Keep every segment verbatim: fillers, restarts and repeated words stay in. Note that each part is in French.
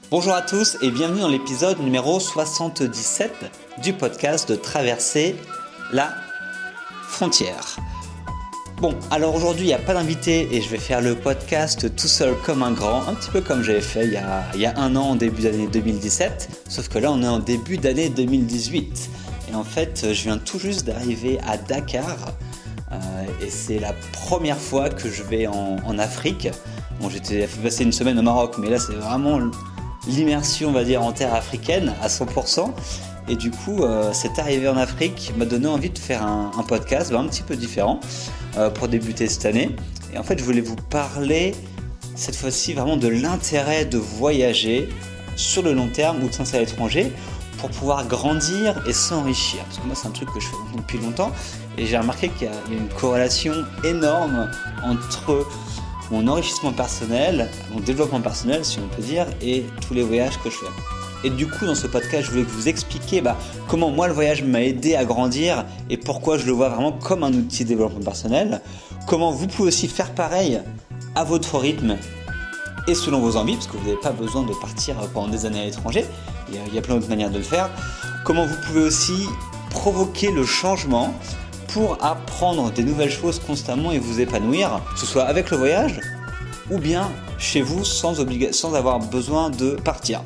Bonjour à tous et bienvenue dans l'épisode numéro soixante-dix-sept du podcast de Traverser la frontière. Bon, alors aujourd'hui il n'y a pas d'invité et je vais faire le podcast tout seul comme un grand, un petit peu comme j'avais fait il y a, il y a un an en début d'année deux mille dix-sept, sauf que là on est en début d'année deux mille dix-huit. Et en fait je viens tout juste d'arriver à Dakar euh, et c'est la première fois que je vais en, en Afrique. Bon, j'étais fait passer une semaine au Maroc, mais là c'est vraiment l'immersion, on va dire, en terre africaine à cent pour cent. Et du coup, euh, cette arrivée en Afrique m'a donné envie de faire un, un podcast bah, un petit peu différent euh, pour débuter cette année. Et en fait, je voulais vous parler cette fois-ci vraiment de l'intérêt de voyager sur le long terme ou de s'installer à l'étranger pour pouvoir grandir et s'enrichir. Parce que moi, c'est un truc que je fais depuis longtemps et j'ai remarqué qu'il y a, il y a une corrélation énorme entre mon enrichissement personnel, mon développement personnel si on peut dire, et tous les voyages que je fais. Et du coup dans ce podcast je voulais vous expliquer bah, comment moi le voyage m'a aidé à grandir et pourquoi je le vois vraiment comme un outil de développement personnel, comment vous pouvez aussi faire pareil à votre rythme et selon vos envies, parce que vous n'avez pas besoin de partir pendant des années à l'étranger, il y a, il y a plein d'autres manières de le faire, comment vous pouvez aussi provoquer le changement pour apprendre des nouvelles choses constamment et vous épanouir, que ce soit avec le voyage ou bien chez vous sans, obliga- sans avoir besoin de partir.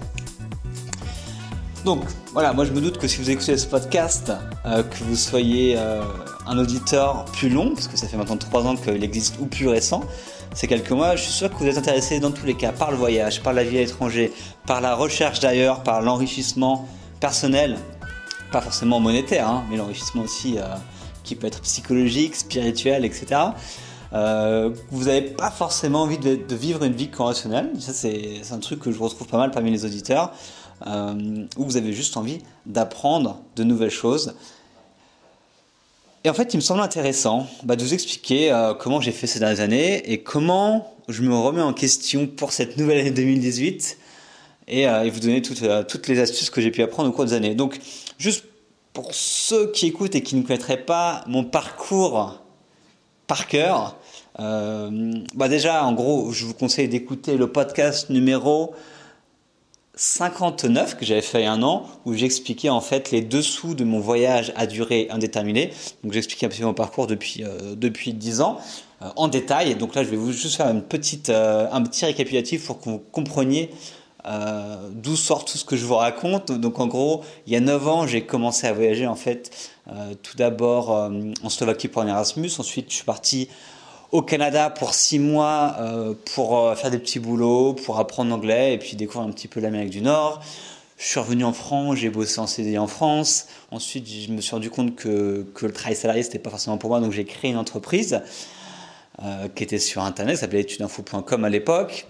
Donc voilà, moi je me doute que si vous écoutez ce podcast, euh, que vous soyez euh, un auditeur plus long, parce que ça fait maintenant trois ans qu'il existe, ou plus récent, c'est quelques mois, je suis sûr que vous êtes intéressé dans tous les cas par le voyage, par la vie à l'étranger, par la recherche d'ailleurs, par l'enrichissement personnel, pas forcément monétaire, hein, mais l'enrichissement aussi euh, qui peut être psychologique, spirituel, et cetera. Euh, vous n'avez pas forcément envie de, de vivre une vie conventionnelle, ça c'est, c'est un truc que je retrouve pas mal parmi les auditeurs, euh, où vous avez juste envie d'apprendre de nouvelles choses. Et en fait, il me semble intéressant bah, de vous expliquer euh, comment j'ai fait ces dernières années et comment je me remets en question pour cette nouvelle année deux mille dix-huit et, euh, et vous donner toutes, euh, toutes les astuces que j'ai pu apprendre au cours des années. Donc, juste pour ceux qui écoutent et qui ne connaîtraient pas mon parcours par cœur, euh, bah déjà, en gros, je vous conseille d'écouter le podcast numéro cinquante-neuf que j'avais fait il y a un an, où j'expliquais en fait les dessous de mon voyage à durée indéterminée. Donc j'expliquais un petit peu mon parcours depuis euh, depuis dix ans euh, en détail. Et donc là, je vais vous juste faire une petite euh, un petit récapitulatif pour que vous compreniez Euh, d'où sort tout ce que je vous raconte. Donc en gros, il y a neuf ans, j'ai commencé à voyager en fait euh, tout d'abord euh, en Slovaquie pour un Erasmus. Ensuite, je suis parti au Canada pour six mois euh, pour euh, faire des petits boulots, pour apprendre l'anglais et puis découvrir un petit peu l'Amérique du Nord. Je suis revenu en France, j'ai bossé en C D I en France. Ensuite, je me suis rendu compte que, que le travail salarié, c'était pas forcément pour moi, donc j'ai créé une entreprise euh, qui était sur Internet, ça s'appelait études info point com à l'époque.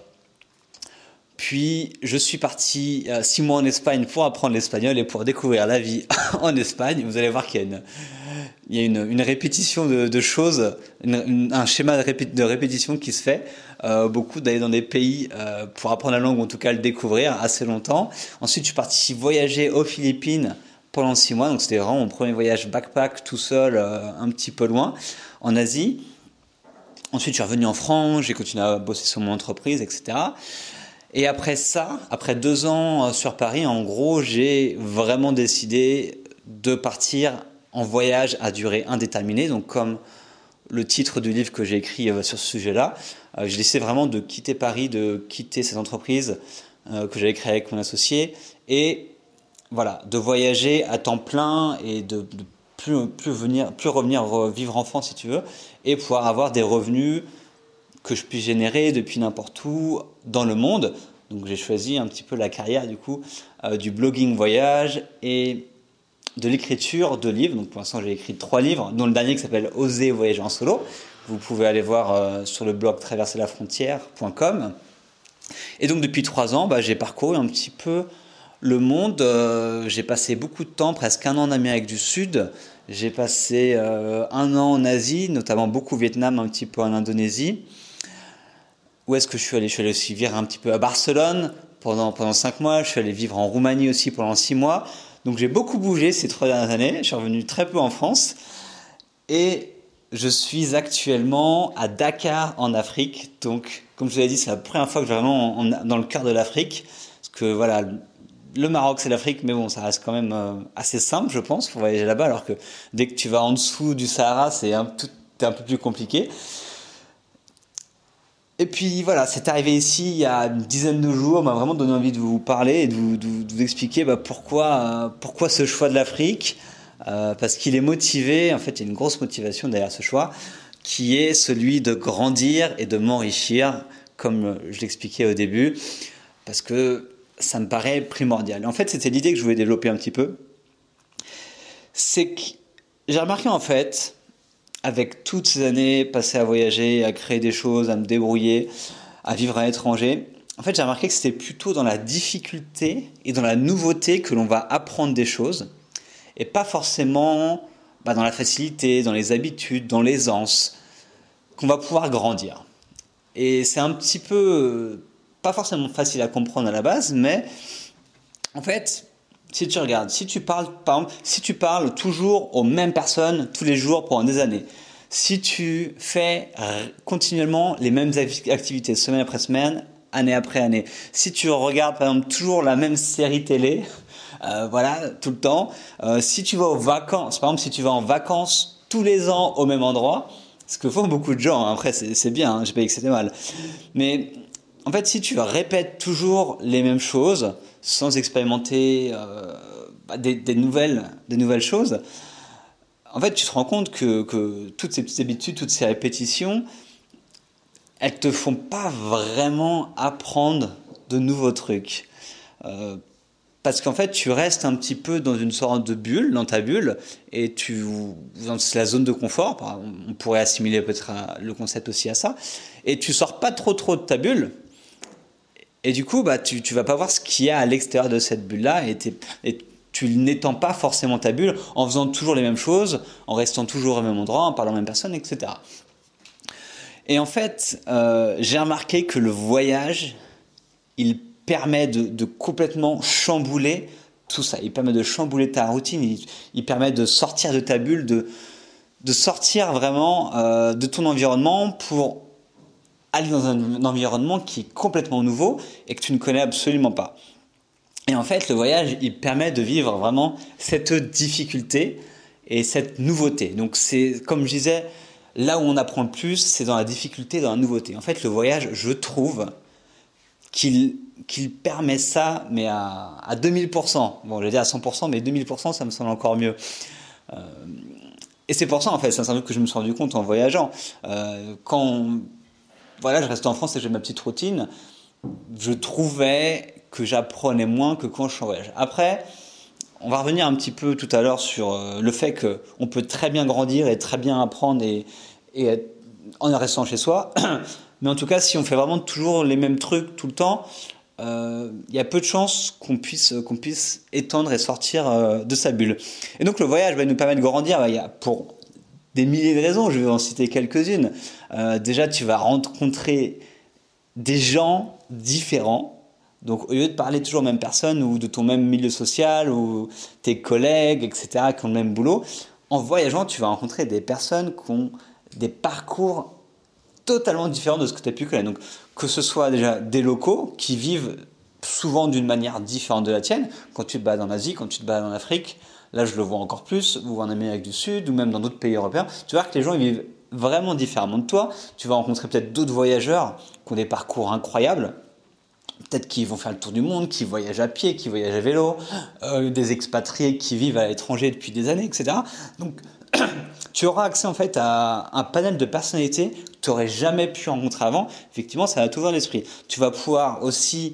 Puis je suis parti euh, six mois en Espagne pour apprendre l'espagnol et pour découvrir la vie en Espagne. Vous allez voir qu'il y a une, il y a une, une répétition de, de choses, une, une, un schéma de, répé, de répétition qui se fait. Euh, beaucoup d'aller dans des pays euh, pour apprendre la langue ou en tout cas le découvrir assez longtemps. Ensuite, je suis parti voyager aux Philippines pendant six mois. Donc c'était vraiment mon premier voyage backpack tout seul, euh, un petit peu loin, en Asie. Ensuite, je suis revenu en France, j'ai continué à bosser sur mon entreprise, et cetera. Et après ça, après deux ans sur Paris, en gros, j'ai vraiment décidé de partir en voyage à durée indéterminée. Donc, comme le titre du livre que j'ai écrit sur ce sujet-là, j'ai décidé vraiment de quitter Paris, de quitter cette entreprise que j'avais créée avec mon associé et voilà, de voyager à temps plein et de, de plus, plus, venir, plus revenir vivre en France si tu veux et pouvoir avoir des revenus que je puisse générer depuis n'importe où dans le monde. Donc j'ai choisi un petit peu la carrière du coup euh, du blogging voyage et de l'écriture de livres. Donc pour l'instant j'ai écrit trois livres, dont le dernier qui s'appelle Oser voyager en solo. Vous pouvez aller voir euh, sur le blog traverser la frontière point com. Et donc depuis trois ans, bah, j'ai parcouru un petit peu le monde. Euh, j'ai passé beaucoup de temps, presque un an en Amérique du Sud. J'ai passé euh, un an en Asie, notamment beaucoup au Vietnam, un petit peu en Indonésie. Où est-ce que je suis allé ? Je suis allé aussi vivre un petit peu à Barcelone pendant, pendant cinq mois. Je suis allé vivre en Roumanie aussi pendant six mois. Donc j'ai beaucoup bougé ces trois dernières années. Je suis revenu très peu en France. Et je suis actuellement à Dakar en Afrique. Donc comme je vous l'ai dit, c'est la première fois que je suis vraiment en, en, dans le cœur de l'Afrique. Parce que voilà, le Maroc c'est l'Afrique, mais bon, ça reste quand même euh, assez simple, je pense, pour voyager là-bas, alors que dès que tu vas en dessous du Sahara, c'est un, tout, c'est un peu plus compliqué. Et puis voilà, c'est arrivé ici il y a une dizaine de jours, m'a vraiment donné envie de vous parler et de vous, de vous- de vous expliquer bah, pourquoi, euh, pourquoi ce choix de l'Afrique. Euh, parce qu'il est motivé, en fait il y a une grosse motivation derrière ce choix, qui est celui de grandir et de m'enrichir, comme je l'expliquais au début, parce que ça me paraît primordial. En fait, c'était l'idée que je voulais développer un petit peu. C'est que j'ai remarqué en fait, avec toutes ces années passées à voyager, à créer des choses, à me débrouiller, à vivre à l'étranger, en fait, j'ai remarqué que c'était plutôt dans la difficulté et dans la nouveauté que l'on va apprendre des choses, et pas forcément bah, dans la facilité, dans les habitudes, dans l'aisance, qu'on va pouvoir grandir. Et c'est un petit peu, euh, pas forcément facile à comprendre à la base, mais en fait, si tu regardes, si tu parles, par exemple, si tu parles toujours aux mêmes personnes tous les jours pendant des années, si tu fais euh, continuellement les mêmes activités semaine après semaine, année après année, si tu regardes par exemple toujours la même série télé, euh, voilà, tout le temps, euh, si tu vas aux vacances, par exemple si tu vas en vacances tous les ans au même endroit, ce que font beaucoup de gens, hein, après c'est, c'est bien, hein, j'ai pas dit que c'était mal, mais en fait si tu répètes toujours les mêmes choses sans expérimenter euh, bah, des, des nouvelles, des nouvelles choses, en fait, tu te rends compte que, que toutes ces petites habitudes, toutes ces répétitions, elles te font pas vraiment apprendre de nouveaux trucs. Euh, parce qu'en fait, tu restes un petit peu dans une sorte de bulle, dans ta bulle, et tu, c'est la zone de confort. On pourrait assimiler peut-être le concept aussi à ça. Et tu sors pas trop trop de ta bulle. Et du coup, bah, tu, tu vas pas voir ce qu'il y a à l'extérieur de cette bulle-là, et, et tu n'étends pas forcément ta bulle en faisant toujours les mêmes choses, en restant toujours au même endroit, en parlant aux mêmes personnes, et cetera. Et en fait, euh, j'ai remarqué que le voyage, il permet de, de complètement chambouler tout ça. Il permet de chambouler ta routine, il, il permet de sortir de ta bulle, de, de sortir vraiment euh, de ton environnement pour aller dans un, un environnement qui est complètement nouveau et que tu ne connais absolument pas. Et en fait, le voyage, il permet de vivre vraiment cette difficulté et cette nouveauté. Donc c'est, comme je disais, là où on apprend le plus, c'est dans la difficulté, dans la nouveauté. En fait, le voyage, je trouve qu'il, qu'il permet ça, mais à, à deux mille pour cent. Bon, je vais dire à cent pour cent, mais deux mille pour cent, ça me semble encore mieux. Euh, et c'est pour ça, en fait, c'est un truc que je me suis rendu compte en voyageant. Euh, quand voilà, je restais en France et j'ai ma petite routine, je trouvais que j'apprenais moins que quand je suis en voyage. Après, on va revenir un petit peu tout à l'heure sur euh, le fait qu'on peut très bien grandir et très bien apprendre et, et être, en restant chez soi. Mais en tout cas, si on fait vraiment toujours les mêmes trucs tout le temps, euh, il y a peu de chances qu'on puisse, qu'on puisse étendre et sortir euh, de sa bulle. Et donc le voyage va nous permettre de grandir. Bah, il y a pour des milliers de raisons, je vais en citer quelques-unes. Euh, déjà, tu vas rencontrer des gens différents. Donc, au lieu de parler toujours aux mêmes personnes ou de ton même milieu social ou tes collègues, et cetera, qui ont le même boulot, en voyageant, tu vas rencontrer des personnes qui ont des parcours totalement différents de ce que tu as pu connaître. Donc, que ce soit déjà des locaux qui vivent souvent d'une manière différente de la tienne. Quand tu te balades en Asie, quand tu te balades en Afrique, là je le vois encore plus, ou en Amérique du Sud, ou même dans d'autres pays européens, tu vois que les gens ils vivent vraiment différemment de toi. Tu vas rencontrer peut-être d'autres voyageurs qui ont des parcours incroyables, peut-être qu'ils vont faire le tour du monde, qui voyagent à pied, qui voyagent à vélo, euh, des expatriés qui vivent à l'étranger depuis des années, et cetera. Donc tu auras accès en fait à un panel de personnalités que tu n'aurais jamais pu rencontrer avant. Effectivement, ça va t'ouvrir l'esprit. Tu vas pouvoir aussi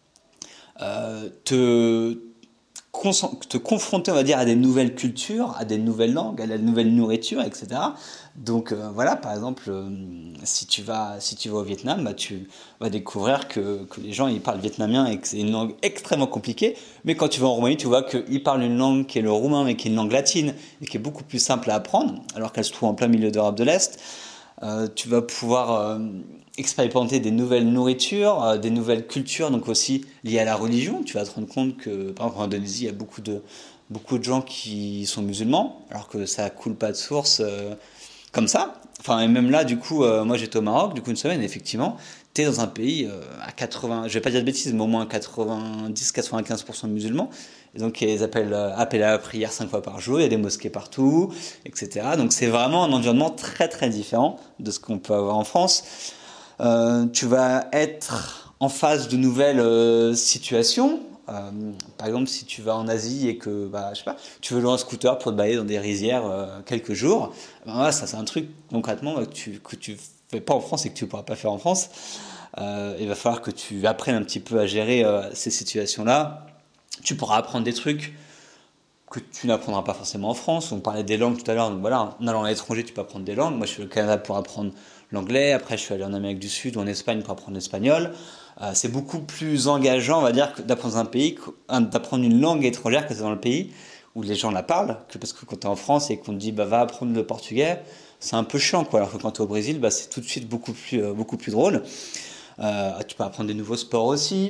euh, te te confronter, on va dire, à des nouvelles cultures, à des nouvelles langues, à de la nouvelle nourriture, et cetera. Donc euh, voilà, par exemple, euh, si tu vas, si tu vas au Vietnam, bah, tu vas découvrir que, que les gens ils parlent vietnamien et que c'est une langue extrêmement compliquée. Mais quand tu vas en Roumanie, tu vois qu'ils parlent une langue qui est le roumain, mais qui est une langue latine et qui est beaucoup plus simple à apprendre, alors qu'elle se trouve en plein milieu d'Europe de l'Est. Euh, tu vas pouvoir euh, expérimenter des nouvelles nourritures, euh, des nouvelles cultures, donc aussi liées à la religion. Tu vas te rendre compte que, par exemple, en Indonésie, il y a beaucoup de, beaucoup de gens qui sont musulmans, alors que ça coule pas de source euh, comme ça. Enfin, et même là, du coup, euh, moi j'étais au Maroc, du coup, une semaine, et effectivement, tu es dans un pays euh, à quatre-vingts, je vais pas dire de bêtises, mais au moins quatre-vingt-dix à quatre-vingt-quinze pour cent musulmans. Et donc, ils appellent, euh, appellent à la prière cinq fois par jour, il y a des mosquées partout, et cetera. Donc, c'est vraiment un environnement très, très différent de ce qu'on peut avoir en France. Euh, tu vas être en face de nouvelles euh, situations. Euh, par exemple, si tu vas en Asie et que, bah, je sais pas, tu veux louer un scooter pour te balader dans des rizières euh, quelques jours, ben voilà, ça c'est un truc concrètement que tu que tu fais pas en France et que tu pourras pas faire en France. Euh, il va falloir que tu apprennes un petit peu à gérer euh, ces situations-là. Tu pourras apprendre des trucs que tu n'apprendras pas forcément en France. On parlait des langues tout à l'heure, donc voilà, en allant à l'étranger, tu peux apprendre des langues. Moi, je suis au Canada pour apprendre l'anglais. Après, je suis allé en Amérique du Sud ou en Espagne pour apprendre l'espagnol. Euh, c'est beaucoup plus engageant, on va dire, que d'apprendre un pays, d'apprendre une langue étrangère que c'est dans le pays où les gens la parlent, que parce que quand tu es en France et qu'on te dit bah va apprendre le portugais, c'est un peu chiant quoi. Alors que quand tu es au Brésil, bah, c'est tout de suite beaucoup plus euh, beaucoup plus drôle. Euh, tu peux apprendre des nouveaux sports aussi.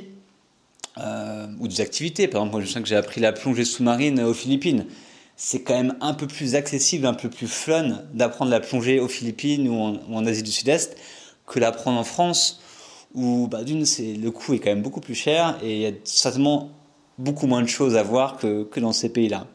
Euh, ou des activités. Par exemple, moi je sais que j'ai appris la plongée sous-marine aux Philippines. C'est quand même un peu plus accessible, un peu plus fun d'apprendre la plongée aux Philippines ou en, ou en Asie du Sud-Est que l'apprendre en France, où bah, d'une, c'est, le coût est quand même beaucoup plus cher et il y a certainement beaucoup moins de choses à voir que, que dans ces pays-là.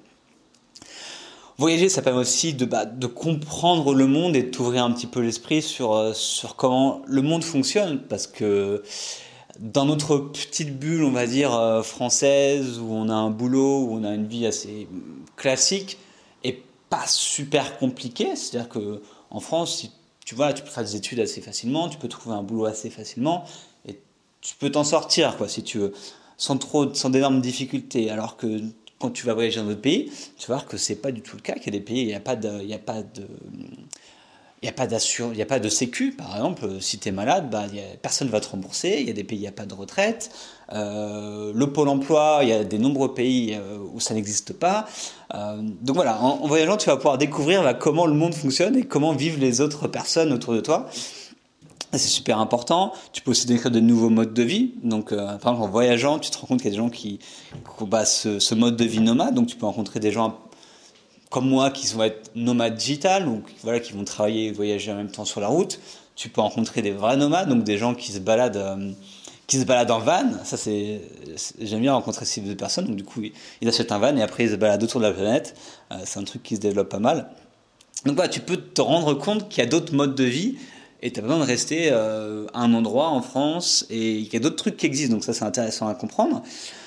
Voyager, ça permet aussi de, bah, de comprendre le monde et de t'ouvrir un petit peu l'esprit sur, sur comment le monde fonctionne, parce que dans notre petite bulle, on va dire, euh, française, où on a un boulot, où on a une vie assez classique et pas super compliquée, c'est-à-dire que en France, si, tu vois, tu peux faire des études assez facilement, tu peux trouver un boulot assez facilement et tu peux t'en sortir, quoi, si tu veux, sans trop, sans d'énormes difficultés. Alors que quand tu vas voyager dans d'autres pays, tu vas voir que c'est pas du tout le cas, qu'il y a des pays, il n'y a pas de, il y a pas de Il n'y a pas d'assur... il y a pas de sécu, par exemple. Si tu es malade, bah, y a... personne ne va te rembourser. Il y a des pays où il n'y a pas de retraite. Euh, le pôle emploi, il y a des nombreux pays euh, où ça n'existe pas. Euh, donc voilà, en, en voyageant, tu vas pouvoir découvrir bah, comment le monde fonctionne et comment vivent les autres personnes autour de toi. C'est super important. Tu peux aussi découvrir de nouveaux modes de vie. Donc, euh, par exemple, en voyageant, tu te rends compte qu'il y a des gens qui, qui ont bah, ce, ce mode de vie nomade. Donc, tu peux rencontrer des gens comme moi qui vont être nomades digital ou voilà, qui vont travailler et voyager en même temps sur la route. Tu peux rencontrer des vrais nomades, donc des gens qui se baladent, euh, qui se baladent en van. Ça, c'est, c'est, j'aime bien rencontrer ces deux personnes. Donc, du coup, ils, ils achètent un van et après, ils se baladent autour de la planète. Euh, c'est un truc qui se développe pas mal. Donc, voilà, tu peux te rendre compte qu'il y a d'autres modes de vie et tu as besoin de rester euh, à un endroit en France et il y a d'autres trucs qui existent. Donc, ça, c'est intéressant à comprendre.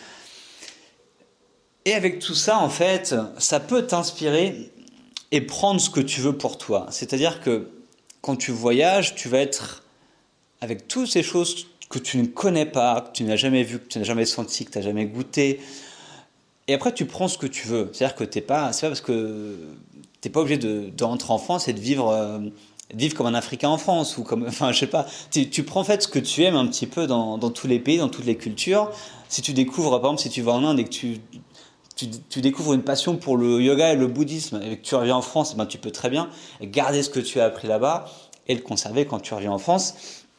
Et avec tout ça, en fait, ça peut t'inspirer et prendre ce que tu veux pour toi. C'est-à-dire que quand tu voyages, tu vas être avec toutes ces choses que tu ne connais pas, que tu n'as jamais vues, que tu n'as jamais senti, que tu n'as jamais goûté. Et après, tu prends ce que tu veux. C'est-à-dire que t'es pas, c'est pas parce que tu n'es pas obligé de, de rentrer en France et de vivre, euh, de vivre comme un Africain en France ou comme, enfin, je sais pas. Tu, tu prends en fait ce que tu aimes un petit peu dans, dans tous les pays, dans toutes les cultures. Si tu découvres, par exemple, si tu vas en Inde et que tu Tu, tu découvres une passion pour le yoga et le bouddhisme et que tu reviens en France, ben tu peux très bien garder ce que tu as appris là-bas et le conserver quand tu reviens en France.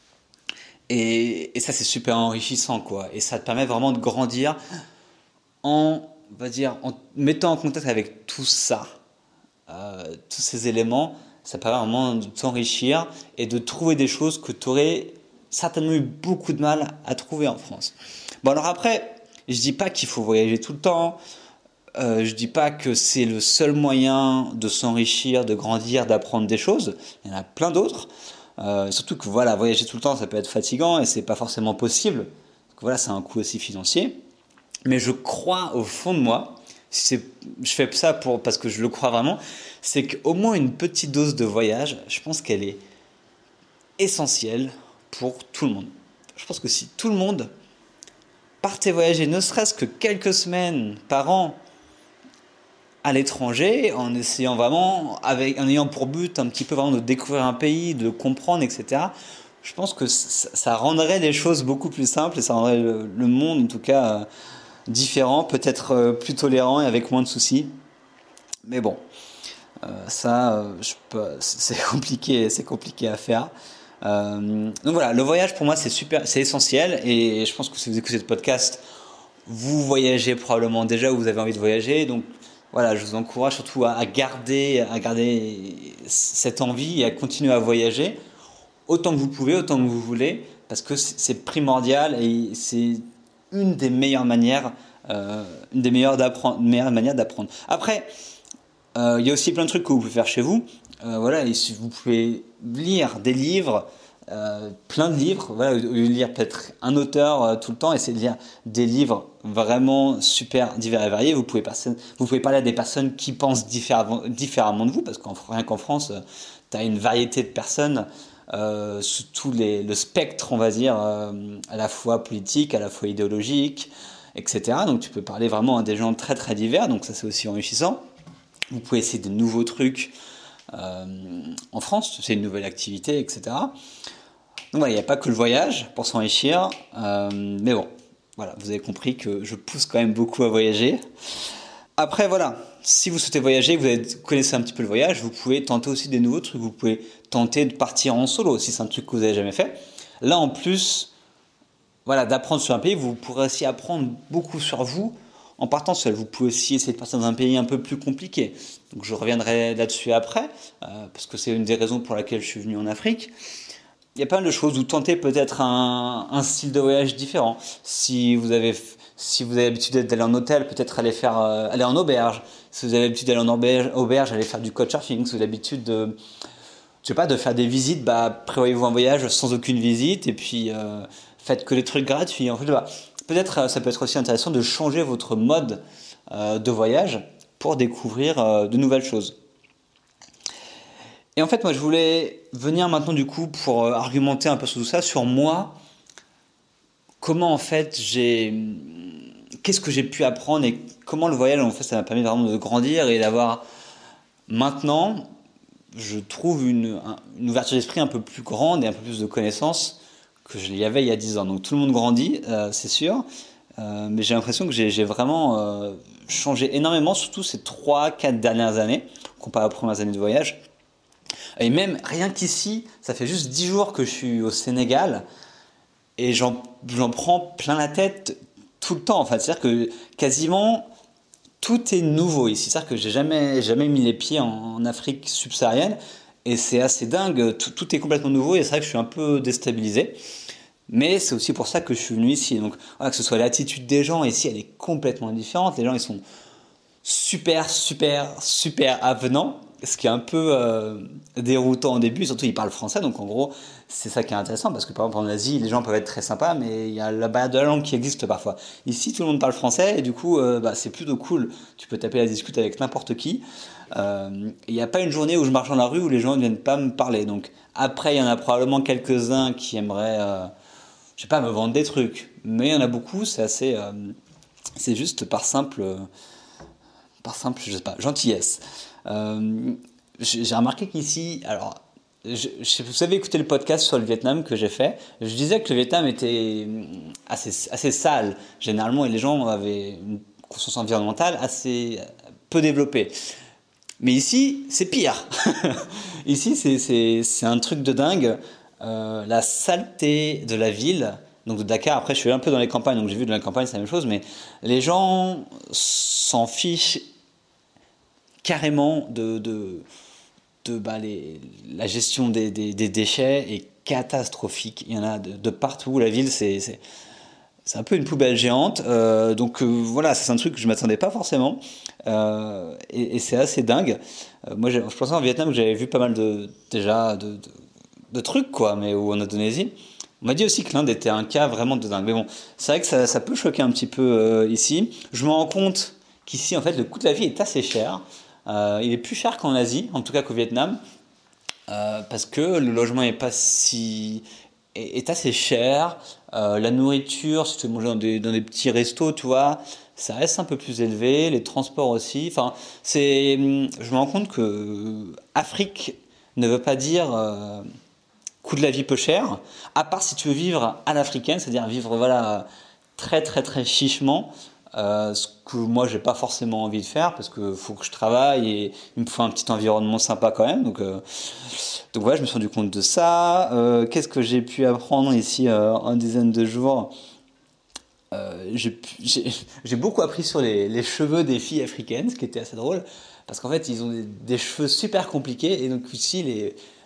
Et, et ça, c'est super enrichissant, quoi. Et ça te permet vraiment de grandir en, on va dire, en mettant en contact avec tout ça, euh, tous ces éléments. Ça permet vraiment de t'enrichir et de trouver des choses que tu aurais certainement eu beaucoup de mal à trouver en France. Bon, alors après, je dis pas qu'il faut voyager tout le temps. Euh, je dis pas que c'est le seul moyen de s'enrichir, de grandir, d'apprendre des choses. Il y en a plein d'autres. Euh, surtout que voilà, voyager tout le temps, ça peut être fatigant et c'est pas forcément possible. Donc voilà, c'est un coût aussi financier. Mais je crois au fond de moi, c'est, je fais ça pour, parce que je le crois vraiment, c'est qu'au moins une petite dose de voyage, je pense qu'elle est essentielle pour tout le monde. Je pense que si tout le monde partait voyager, ne serait-ce que quelques semaines par an, à l'étranger, en essayant vraiment, avec, en ayant pour but un petit peu vraiment de découvrir un pays, de comprendre, et cetera. Je pense que ça, ça rendrait les choses beaucoup plus simples et ça rendrait le, le monde, en tout cas, euh, différent, peut-être euh, plus tolérant et avec moins de soucis. Mais bon, euh, ça, euh, je peux, c'est compliqué, c'est compliqué à faire. Euh, donc voilà, le voyage pour moi c'est super, c'est essentiel et je pense que si vous écoutez ce podcast, vous voyagez probablement déjà ou vous avez envie de voyager. Donc voilà, je vous encourage surtout à, à garder, à garder cette envie et à continuer à voyager autant que vous pouvez, autant que vous voulez, parce que c'est c'est primordial et c'est une des meilleures manières, euh, une des meilleures, d'apprendre, meilleures manières d'apprendre. Après, euh, il y a aussi plein de trucs que vous pouvez faire chez vous. Euh, voilà, et si vous pouvez lire des livres, euh, plein de livres, voilà, au lieu de lire peut-être un auteur euh, tout le temps, essayez de lire des livres vraiment super divers et variés. Vous pouvez, passer, vous pouvez parler à des personnes qui pensent différemment, différemment de vous, parce qu'en rien qu'en France, euh, tu as une variété de personnes euh, sous tout les, le spectre, on va dire, euh, à la fois politique, à la fois idéologique, et cetera. Donc tu peux parler vraiment à des gens très très divers, donc ça c'est aussi enrichissant. Vous pouvez essayer de nouveaux trucs euh, en France, c'est une nouvelle activité, et cetera. Donc voilà, il n'y a pas que le voyage pour s'enrichir, euh, mais bon, voilà, vous avez compris que je pousse quand même beaucoup à voyager. Après voilà, si vous souhaitez voyager, vous, avez, vous connaissez un petit peu le voyage, vous pouvez tenter aussi des nouveaux trucs, vous pouvez tenter de partir en solo si c'est un truc que vous n'avez jamais fait. Là en plus, voilà, d'apprendre sur un pays, vous pourrez aussi apprendre beaucoup sur vous en partant seul. Vous pouvez aussi essayer de partir dans un pays un peu plus compliqué. Donc je reviendrai là-dessus après, euh, parce que c'est une des raisons pour laquelle je suis venu en Afrique. Il y a pas mal de choses. Vous tentez peut-être un, un style de voyage différent. Si vous avez, si vous avez l'habitude d'aller en hôtel, peut-être aller faire, euh, aller en auberge. Si vous avez l'habitude d'aller en auberge, auberge, aller faire du couchsurfing. Si vous avez l'habitude de, je sais pas, de faire des visites, bah prévoyez-vous un voyage sans aucune visite et puis euh, faites que les trucs gratuits. En fait, bah, peut-être ça peut être aussi intéressant de changer votre mode euh, de voyage pour découvrir euh, de nouvelles choses. Et en fait, moi, je voulais venir maintenant du coup pour euh, argumenter un peu sur tout ça, sur moi, comment en fait j'ai, qu'est-ce que j'ai pu apprendre et comment le voyage en fait ça m'a permis vraiment de grandir et d'avoir maintenant, je trouve une, une ouverture d'esprit un peu plus grande et un peu plus de connaissances que je l'y avais il y a dix ans. Donc tout le monde grandit, euh, c'est sûr, euh, mais j'ai l'impression que j'ai, j'ai vraiment euh, changé énormément, surtout ces trois quatre dernières années, comparé aux premières années de voyage. Et même rien qu'ici, ça fait juste dix jours que je suis au Sénégal et j'en, j'en prends plein la tête tout le temps. En fait. C'est-à-dire que quasiment tout est nouveau ici. C'est-à-dire que j'ai jamais, jamais mis les pieds en, en Afrique subsaharienne et c'est assez dingue. Tout, tout est complètement nouveau et c'est vrai que je suis un peu déstabilisé. Mais c'est aussi pour ça que je suis venu ici. Donc voilà, que ce soit l'attitude des gens ici, elle est complètement différente. Les gens, ils sont super, super, super avenants. Ce qui est un peu euh, déroutant au début, surtout ils parlent français, donc en gros c'est ça qui est intéressant parce que par exemple en Asie les gens peuvent être très sympas mais il y a la barrière de la langue qui existe parfois. Ici tout le monde parle français et du coup euh, bah, c'est plutôt cool, tu peux taper la discute avec n'importe qui. Il euh, n'y a pas une journée où je marche dans la rue où les gens ne viennent pas me parler, donc après il y en a probablement quelques-uns qui aimeraient, euh, je sais pas, me vendre des trucs, mais il y en a beaucoup, c'est assez, euh, c'est juste par simple, euh, par simple, je sais pas, gentillesse. Euh, j'ai remarqué qu'ici, alors, je, je, vous avez écouté le podcast sur le Vietnam que j'ai fait. Je disais que le Vietnam était assez, assez sale, généralement, et les gens avaient une conscience environnementale assez peu développée. Mais ici, c'est pire. Ici, c'est, c'est, c'est un truc de dingue. Euh, la saleté de la ville, donc de Dakar, après je suis un peu dans les campagnes, donc j'ai vu de la campagne, c'est la même chose, mais les gens s'en fichent carrément de, de, de bah, les, la gestion des, des, des déchets est catastrophique. Il y en a de, de partout. La ville, c'est, c'est, c'est un peu une poubelle géante. Euh, donc euh, voilà, c'est un truc que je ne m'attendais pas forcément. Euh, et, et c'est assez dingue. Euh, moi, je pensais en Vietnam que j'avais vu pas mal de, déjà de, de, de trucs, quoi, mais ou en Indonésie. On m'a dit aussi que l'Inde était un cas vraiment de dingue. Mais bon, c'est vrai que ça, ça peut choquer un petit peu euh, ici. Je me rends compte qu'ici, en fait, le coût de la vie est assez cher. Euh, il est plus cher qu'en Asie, en tout cas qu'au Vietnam, euh, parce que le logement est pas si est, est assez cher. Euh, la nourriture, si tu veux manger dans des, dans des petits restos, tu vois, ça reste un peu plus élevé. Les transports aussi. Enfin, c'est, je me rends compte que Afrique ne veut pas dire euh, coût de la vie peu cher, à part si tu veux vivre à l'africaine, c'est-à-dire vivre voilà très très très chichement. Euh, ce que moi j'ai pas forcément envie de faire parce que faut que je travaille et il me faut un petit environnement sympa quand même, donc euh, donc voilà, je me suis rendu compte de ça. Euh, qu'est-ce que j'ai pu apprendre ici euh, en une dizaine de jours? euh, j'ai, j'ai, j'ai beaucoup appris sur les, les cheveux des filles africaines, ce qui était assez drôle parce qu'en fait ils ont des, des cheveux super compliqués et donc ici les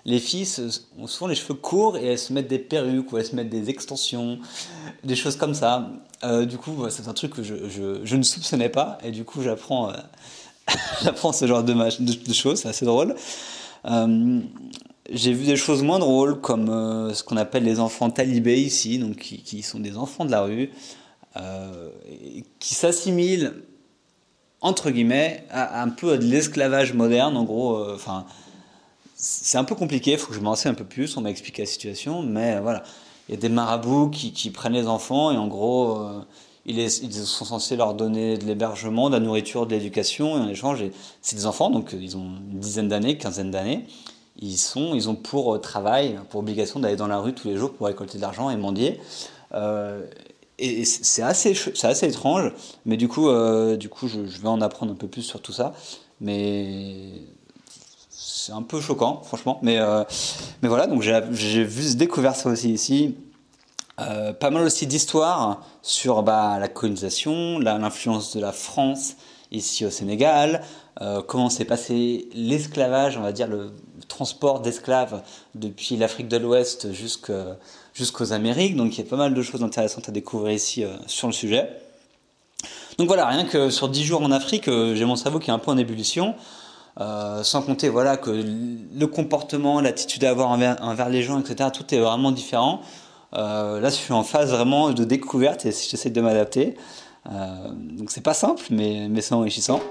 les filles se- ont souvent les cheveux courts et elles se mettent des perruques ou elles se mettent des extensions, des choses comme ça. Euh, du coup, ouais, c'est un truc que je, je, je ne soupçonnais pas et du coup, j'apprends, euh, j'apprends ce genre de, mach- de, de choses, c'est assez drôle. Euh, j'ai vu des choses moins drôles comme euh, ce qu'on appelle les enfants talibés ici, donc qui, qui sont des enfants de la rue, euh, et qui s'assimilent entre guillemets à, à un peu à de l'esclavage moderne. En gros, euh, enfin, c'est un peu compliqué, il faut que je m'en renseigne un peu plus, on m'a expliqué la situation, mais euh, voilà. Il y a des marabouts qui, qui prennent les enfants et en gros, euh, ils, les- ils sont censés leur donner de l'hébergement, de la nourriture, de l'éducation et en échange, et c'est des enfants, donc euh, ils ont une dizaine d'années, quinzaine d'années. Ils sont, ils ont pour euh, travail, pour obligation d'aller dans la rue tous les jours pour récolter de l'argent et mendier. Euh, et c'est assez, ch- c'est assez étrange, mais du coup, euh, du coup, je, je vais en apprendre un peu plus sur tout ça. Mais c'est un peu choquant, franchement. Mais, euh, mais voilà, donc j'ai j'ai vu, découvert ça aussi ici. Euh, pas mal aussi d'histoires sur bah, la colonisation, la- l'influence de la France ici au Sénégal, euh, comment s'est passé l'esclavage, on va dire le transport d'esclaves depuis l'Afrique de l'Ouest jusque- jusqu'aux Amériques. Donc il y a pas mal de choses intéressantes à découvrir ici euh, sur le sujet. Donc voilà, rien que sur dix jours en Afrique, euh, j'ai mon cerveau qui est un peu en ébullition. Euh, sans compter voilà que le comportement, l'attitude à avoir envers, envers les gens, et cetera. Tout est vraiment différent. Euh, là, je suis en phase vraiment de découverte et j'essaie de m'adapter. Euh, donc c'est pas simple, mais, mais c'est enrichissant.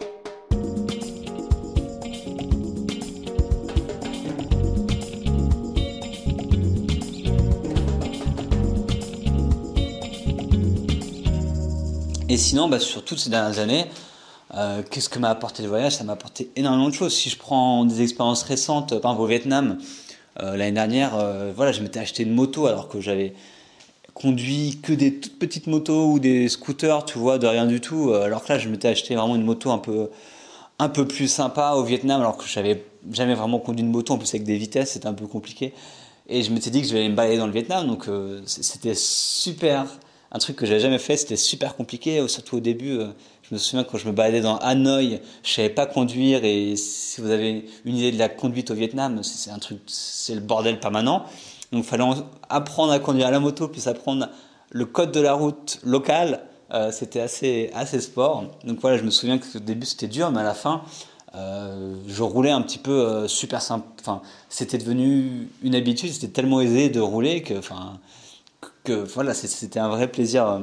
Et sinon, bah, sur toutes ces dernières années, euh, qu'est-ce que m'a apporté le voyage? Ça m'a apporté énormément de choses. Si je prends des expériences récentes, par exemple au Vietnam, euh, l'année dernière, euh, voilà, je m'étais acheté une moto alors que j'avais conduit que des toutes petites motos ou des scooters, tu vois, de rien du tout. Euh, Alors que là, je m'étais acheté vraiment une moto un peu, un peu plus sympa au Vietnam, alors que je n'avais jamais vraiment conduit une moto, en plus avec des vitesses, c'était un peu compliqué. Et je m'étais dit que je vais aller me balader dans le Vietnam, donc euh, c'était super. Un truc que j'avais jamais fait, c'était super compliqué, euh, surtout au début. Euh, je me souviens quand je me baladais dans Hanoï, je savais pas conduire, et si vous avez une idée de la conduite au Vietnam, c'est un truc, c'est le bordel permanent. Donc il fallait apprendre à conduire à la moto, puis apprendre le code de la route local. Euh, c'était assez, assez sport. Donc voilà, je me souviens que au début c'était dur, mais à la fin, euh, je roulais un petit peu euh, super simple. Enfin, c'était devenu une habitude, c'était tellement aisé de rouler que, enfin, que voilà, c'était un vrai plaisir euh,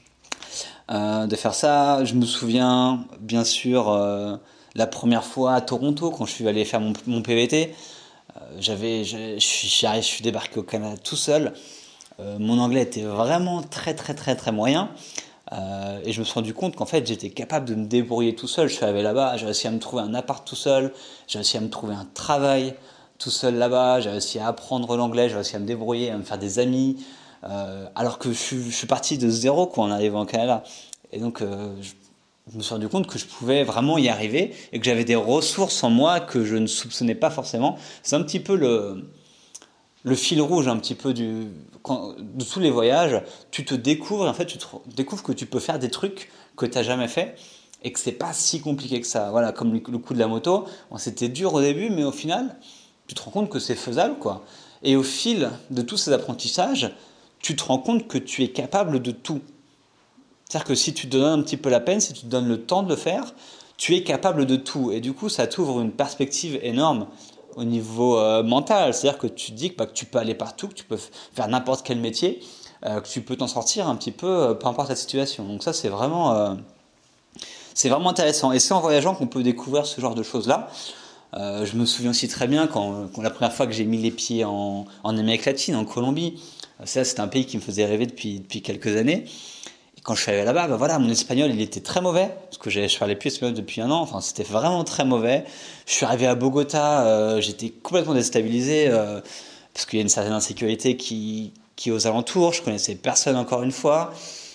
euh, de faire ça. Je me souviens, bien sûr, euh, la première fois à Toronto, quand je suis allé faire mon, mon P V T, euh, j'avais, je, je, suis, je suis débarqué au Canada tout seul. Euh, mon anglais était vraiment très très très très moyen. Euh, et je me suis rendu compte qu'en fait j'étais capable de me débrouiller tout seul. Je suis arrivé là-bas, j'ai réussi à me trouver un appart tout seul, j'ai réussi à me trouver un travail tout seul là-bas, j'ai réussi à apprendre l'anglais, j'ai réussi à me débrouiller, à me faire des amis, euh, alors que je suis, je suis parti de zéro quoi, en arrivant au Canada. Et donc euh, je, je me suis rendu compte que je pouvais vraiment y arriver et que j'avais des ressources en moi que je ne soupçonnais pas forcément. C'est un petit peu le le fil rouge un petit peu du, quand, de tous les voyages. Tu te découvres, en fait, tu te découvres que tu peux faire des trucs que tu n'as jamais fait et que c'est pas si compliqué que ça. Voilà, comme le, le coup de la moto, bon, c'était dur au début, mais au final, tu te rends compte que c'est faisable, quoi. Et au fil de tous ces apprentissages, tu te rends compte que tu es capable de tout. C'est-à-dire que si tu te donnes un petit peu la peine, si tu te donnes le temps de le faire, tu es capable de tout. Et du coup, ça t'ouvre une perspective énorme au niveau euh, mental. C'est-à-dire que tu te dis que, bah, que tu peux aller partout, que tu peux faire n'importe quel métier, euh, que tu peux t'en sortir un petit peu, euh, peu importe la situation. Donc ça, c'est vraiment, euh, c'est vraiment intéressant. Et c'est en voyageant qu'on peut découvrir ce genre de choses-là. Euh, je me souviens aussi très bien quand, quand la première fois que j'ai mis les pieds en, en Amérique latine, en Colombie. Ça, c'était un pays qui me faisait rêver depuis, depuis quelques années. Quand je suis arrivé là-bas, bah voilà, mon espagnol, il était très mauvais, parce que je parlais plus espagnol depuis un an, enfin, c'était vraiment très mauvais. Je suis arrivé à Bogota, euh, j'étais complètement déstabilisé, euh, parce qu'il y a une certaine insécurité qui, qui est aux alentours, je connaissais personne encore une fois.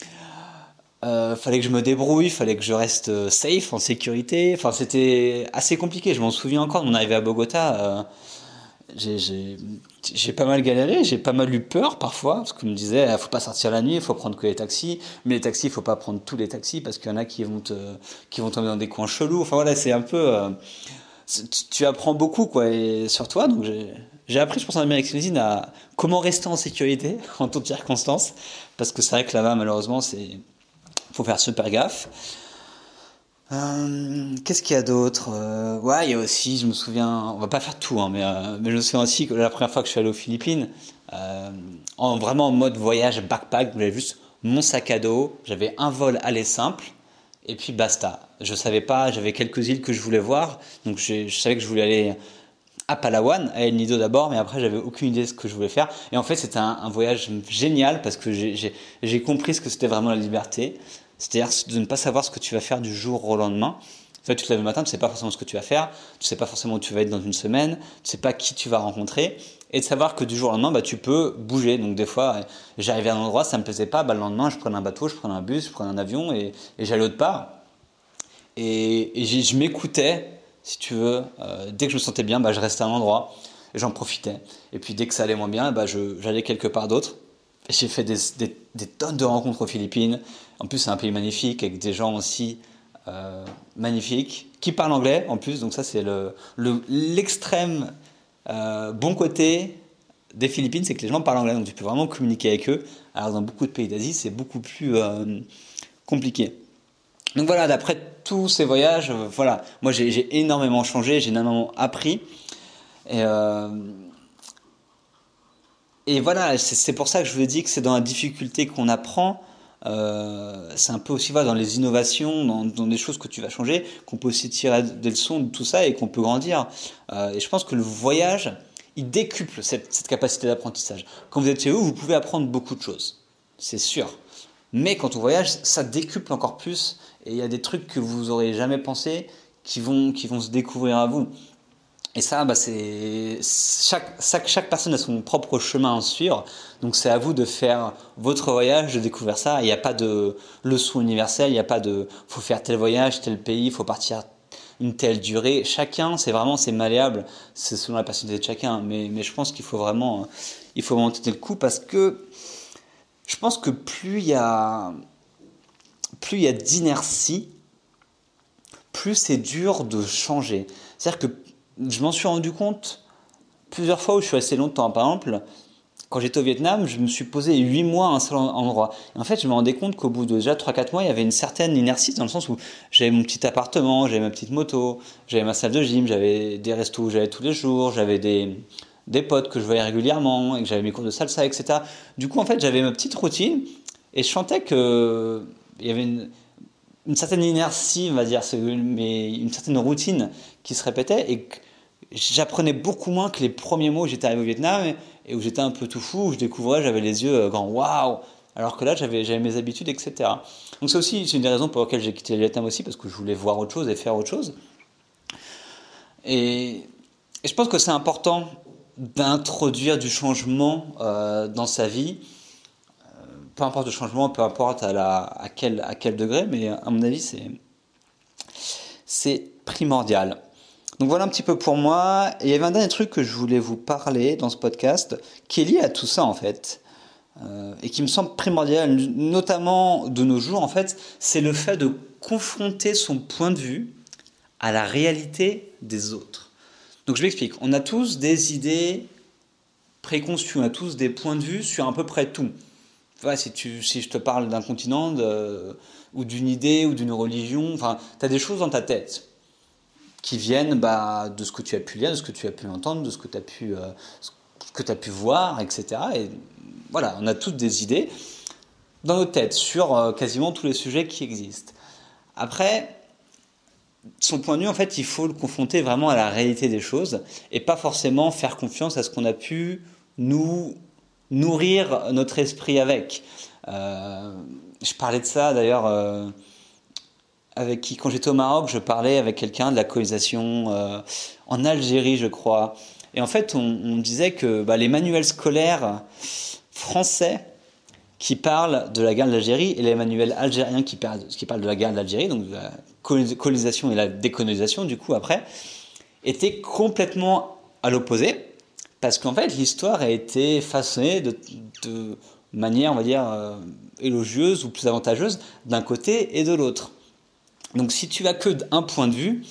Euh, fallait que je me débrouille, fallait que je reste safe, en sécurité, enfin, c'était assez compliqué. Je m'en souviens encore de mon arrivée à Bogota, euh, j'ai, j'ai, j'ai pas mal galéré, j'ai pas mal eu peur parfois, parce qu'on me disait, il faut pas sortir la nuit, il faut prendre que les taxis, mais les taxis, il faut pas prendre tous les taxis, parce qu'il y en a qui vont te, qui vont tomber dans des coins chelous. Enfin voilà, c'est un peu, euh, tu, tu apprends beaucoup quoi, et sur toi. Donc j'ai, j'ai appris, je pense, en Amérique latine à comment rester en sécurité en toutes circonstances. Parce que c'est vrai que là-bas, malheureusement, c'est faut faire super gaffe. Euh, qu'est-ce qu'il y a d'autre? euh, Ouais, il y a aussi, je me souviens, on va pas faire tout, hein, mais, euh, mais je me souviens aussi que la première fois que je suis allé aux Philippines, euh, en vraiment en mode voyage backpack, j'avais juste mon sac à dos, j'avais un vol aller simple, et puis basta. Je savais pas, j'avais quelques îles que je voulais voir, donc je, je savais que je voulais aller à Palawan, à El Nido d'abord, mais après j'avais aucune idée de ce que je voulais faire. Et en fait, c'était un, un voyage génial parce que j'ai, j'ai, j'ai compris ce que c'était vraiment la liberté. C'est-à-dire de ne pas savoir ce que tu vas faire du jour au lendemain. En fait, tu te lèves le matin, tu ne sais pas forcément ce que tu vas faire, tu ne sais pas forcément où tu vas être dans une semaine, tu ne sais pas qui tu vas rencontrer, et de savoir que du jour au lendemain, bah, tu peux bouger. Donc des fois, j'arrivais à un endroit, ça ne me plaisait pas, bah, le lendemain, je prenais un bateau, je prenais un bus, je prenais un avion, et, et j'allais autre part. Et, et je m'écoutais, si tu veux, euh, dès que je me sentais bien, bah, je restais à un endroit, et j'en profitais. Et puis dès que ça allait moins bien, bah, je, j'allais quelque part d'autre. Et j'ai fait des, des, des tonnes de rencontres aux Philippines. En plus, c'est un pays magnifique, avec des gens aussi euh, magnifiques, qui parlent anglais en plus. Donc ça, c'est le, le, l'extrême euh, bon côté des Philippines, c'est que les gens parlent anglais. Donc tu peux vraiment communiquer avec eux. Alors dans beaucoup de pays d'Asie, c'est beaucoup plus euh, compliqué. Donc voilà, d'après tous ces voyages, euh, voilà, moi j'ai, j'ai énormément changé, j'ai énormément appris. Et, euh, et voilà, c'est, c'est pour ça que je vous dis que c'est dans la difficulté qu'on apprend. Euh, c'est un peu aussi voilà, dans les innovations, dans, dans des choses que tu vas changer, qu'on peut aussi tirer des leçons de tout ça et qu'on peut grandir. Euh, et je pense que le voyage, il décuple cette, cette capacité d'apprentissage. Quand vous êtes chez vous, vous pouvez apprendre beaucoup de choses, c'est sûr. Mais quand on voyage, ça décuple encore plus. Et il y a des trucs que vous aurez jamais pensé qui vont, qui vont se découvrir à vous. Et ça, bah c'est chaque, chaque, chaque personne a son propre chemin à suivre. Donc c'est à vous de faire votre voyage, de découvrir ça. Il n'y a pas de leçon universelle, il n'y a pas de faut faire tel voyage, tel pays, il faut partir une telle durée. Chacun, c'est vraiment c'est malléable, c'est selon la personnalité de chacun. Mais, mais je pense qu'il faut vraiment, il faut vraiment tenir le coup parce que je pense que plus il y a, plus il y a d'inertie, plus c'est dur de changer. C'est-à-dire que je m'en suis rendu compte plusieurs fois où je suis resté longtemps. Par exemple, quand j'étais au Vietnam, je me suis posé huit mois à un seul endroit. Et en fait, je me rendais compte qu'au bout de déjà trois quatre mois, il y avait une certaine inertie dans le sens où j'avais mon petit appartement, j'avais ma petite moto, j'avais ma salle de gym, j'avais des restos où j'allais tous les jours, j'avais des, des potes que je voyais régulièrement, et que j'avais mes cours de salsa, et cetera. Du coup, en fait, j'avais ma petite routine et je sentais que il y avait une, une certaine inertie, on va dire, mais une certaine routine qui se répétait et que j'apprenais beaucoup moins que les premiers mois où j'étais arrivé au Vietnam et, et où j'étais un peu tout fou, où je découvrais, j'avais les yeux euh, grands, waouh! Alors que là, j'avais, j'avais mes habitudes, et cetera. Donc c'est aussi c'est une des raisons pour lesquelles j'ai quitté le Vietnam aussi, parce que je voulais voir autre chose et faire autre chose. Et, et je pense que c'est important d'introduire du changement euh, dans sa vie. Euh, peu importe le changement, peu importe à, la, à, quel, à quel degré, mais à mon avis, c'est, c'est primordial. Donc voilà un petit peu pour moi. Et il y avait un dernier truc que je voulais vous parler dans ce podcast, qui est lié à tout ça en fait, euh, et qui me semble primordial, notamment de nos jours en fait, c'est le fait de confronter son point de vue à la réalité des autres. Donc je m'explique, on a tous des idées préconçues, on a tous des points de vue sur à peu près tout. Enfin, si, tu, si je te parle d'un continent, de, ou d'une idée, ou d'une religion, enfin, tu as des choses dans ta tête qui viennent bah, de ce que tu as pu lire, de ce que tu as pu entendre, de ce que tu as pu, euh, ce que tu as pu voir, et cetera. Et voilà, on a toutes des idées dans nos têtes sur euh, quasiment tous les sujets qui existent. Après, son point de vue, en fait, il faut le confronter vraiment à la réalité des choses et pas forcément faire confiance à ce qu'on a pu nous nourrir notre esprit avec. Euh, je parlais de ça d'ailleurs... Euh, avec qui, quand j'étais au Maroc, je parlais avec quelqu'un de la colonisation euh, en Algérie, je crois. Et en fait, on, on disait que bah, les manuels scolaires français qui parlent de la guerre d'Algérie et les manuels algériens qui parlent, qui parlent de la guerre d'Algérie, donc de la colonisation et la décolonisation, du coup, après, étaient complètement à l'opposé. Parce qu'en fait, l'histoire a été façonnée de, de manière, on va dire, euh, élogieuse ou plus avantageuse d'un côté et de l'autre. Donc si tu as que un point de vue,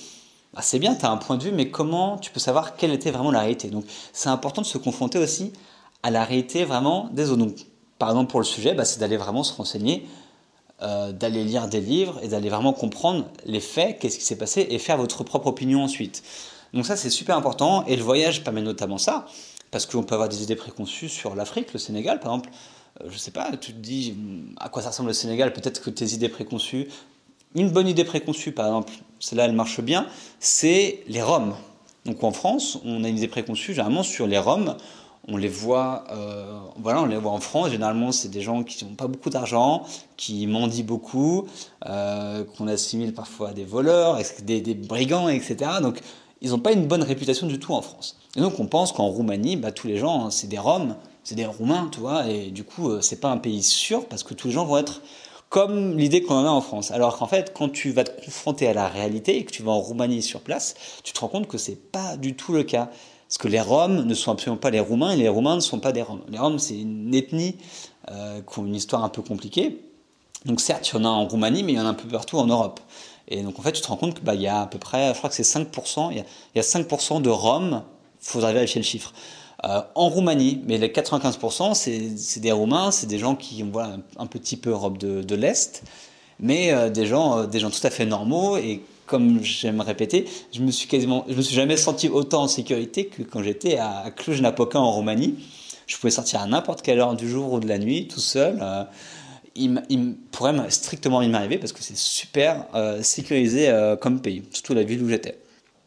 bah, c'est bien, tu as un point de vue, mais comment tu peux savoir quelle était vraiment la réalité? Donc c'est important de se confronter aussi à la réalité vraiment des autres. Donc, par exemple pour le sujet, bah, c'est d'aller vraiment se renseigner, euh, d'aller lire des livres et d'aller vraiment comprendre les faits, qu'est-ce qui s'est passé et faire votre propre opinion ensuite. Donc ça c'est super important et le voyage permet notamment ça, parce qu'on peut avoir des idées préconçues sur l'Afrique, le Sénégal par exemple. Euh, je sais pas, tu te dis à quoi ça ressemble le Sénégal, peut-être que tes idées préconçues, une bonne idée préconçue par exemple, celle-là elle marche bien, c'est les Roms. Donc en France, on a une idée préconçue généralement sur les Roms. On les voit, euh, voilà, on les voit en France. Généralement, c'est des gens qui n'ont pas beaucoup d'argent, qui mendient beaucoup, euh, qu'on assimile parfois à des voleurs, des, des brigands, et cetera. Donc, ils n'ont pas une bonne réputation du tout en France. Et donc, on pense qu'en Roumanie, bah, tous les gens, hein, c'est des Roms, c'est des Roumains, tu vois. Et du coup, euh, c'est pas un pays sûr parce que tous les gens vont être comme l'idée qu'on en a en France. Alors qu'en fait, quand tu vas te confronter à la réalité et que tu vas en Roumanie sur place, tu te rends compte que c'est pas du tout le cas. Parce que les Roms ne sont absolument pas les Roumains et les Roumains ne sont pas des Roms. Les Roms, c'est une ethnie euh, qui a une histoire un peu compliquée. Donc certes, il y en a en Roumanie, mais il y en a un peu partout en Europe. Et donc en fait, tu te rends compte qu'il bah, y a à peu près, je crois que c'est cinq pour cent, il y a, il y a cinq pour cent de Roms, il faudrait vérifier le chiffre, euh, en Roumanie. Mais les quatre-vingt-quinze pour cent, c'est, c'est des Roumains, c'est des gens qui ont voilà, un petit peu Europe de, de l'Est, mais euh, des, gens, euh, des gens tout à fait normaux et comme j'aime répéter, je me suis quasiment, je me suis jamais senti autant en sécurité que quand j'étais à Cluj-Napoca en Roumanie. Je pouvais sortir à n'importe quelle heure du jour ou de la nuit, tout seul. Euh, il, il pourrait strictement rien m'arriver parce que c'est super euh, sécurisé euh, comme pays, surtout la ville où j'étais.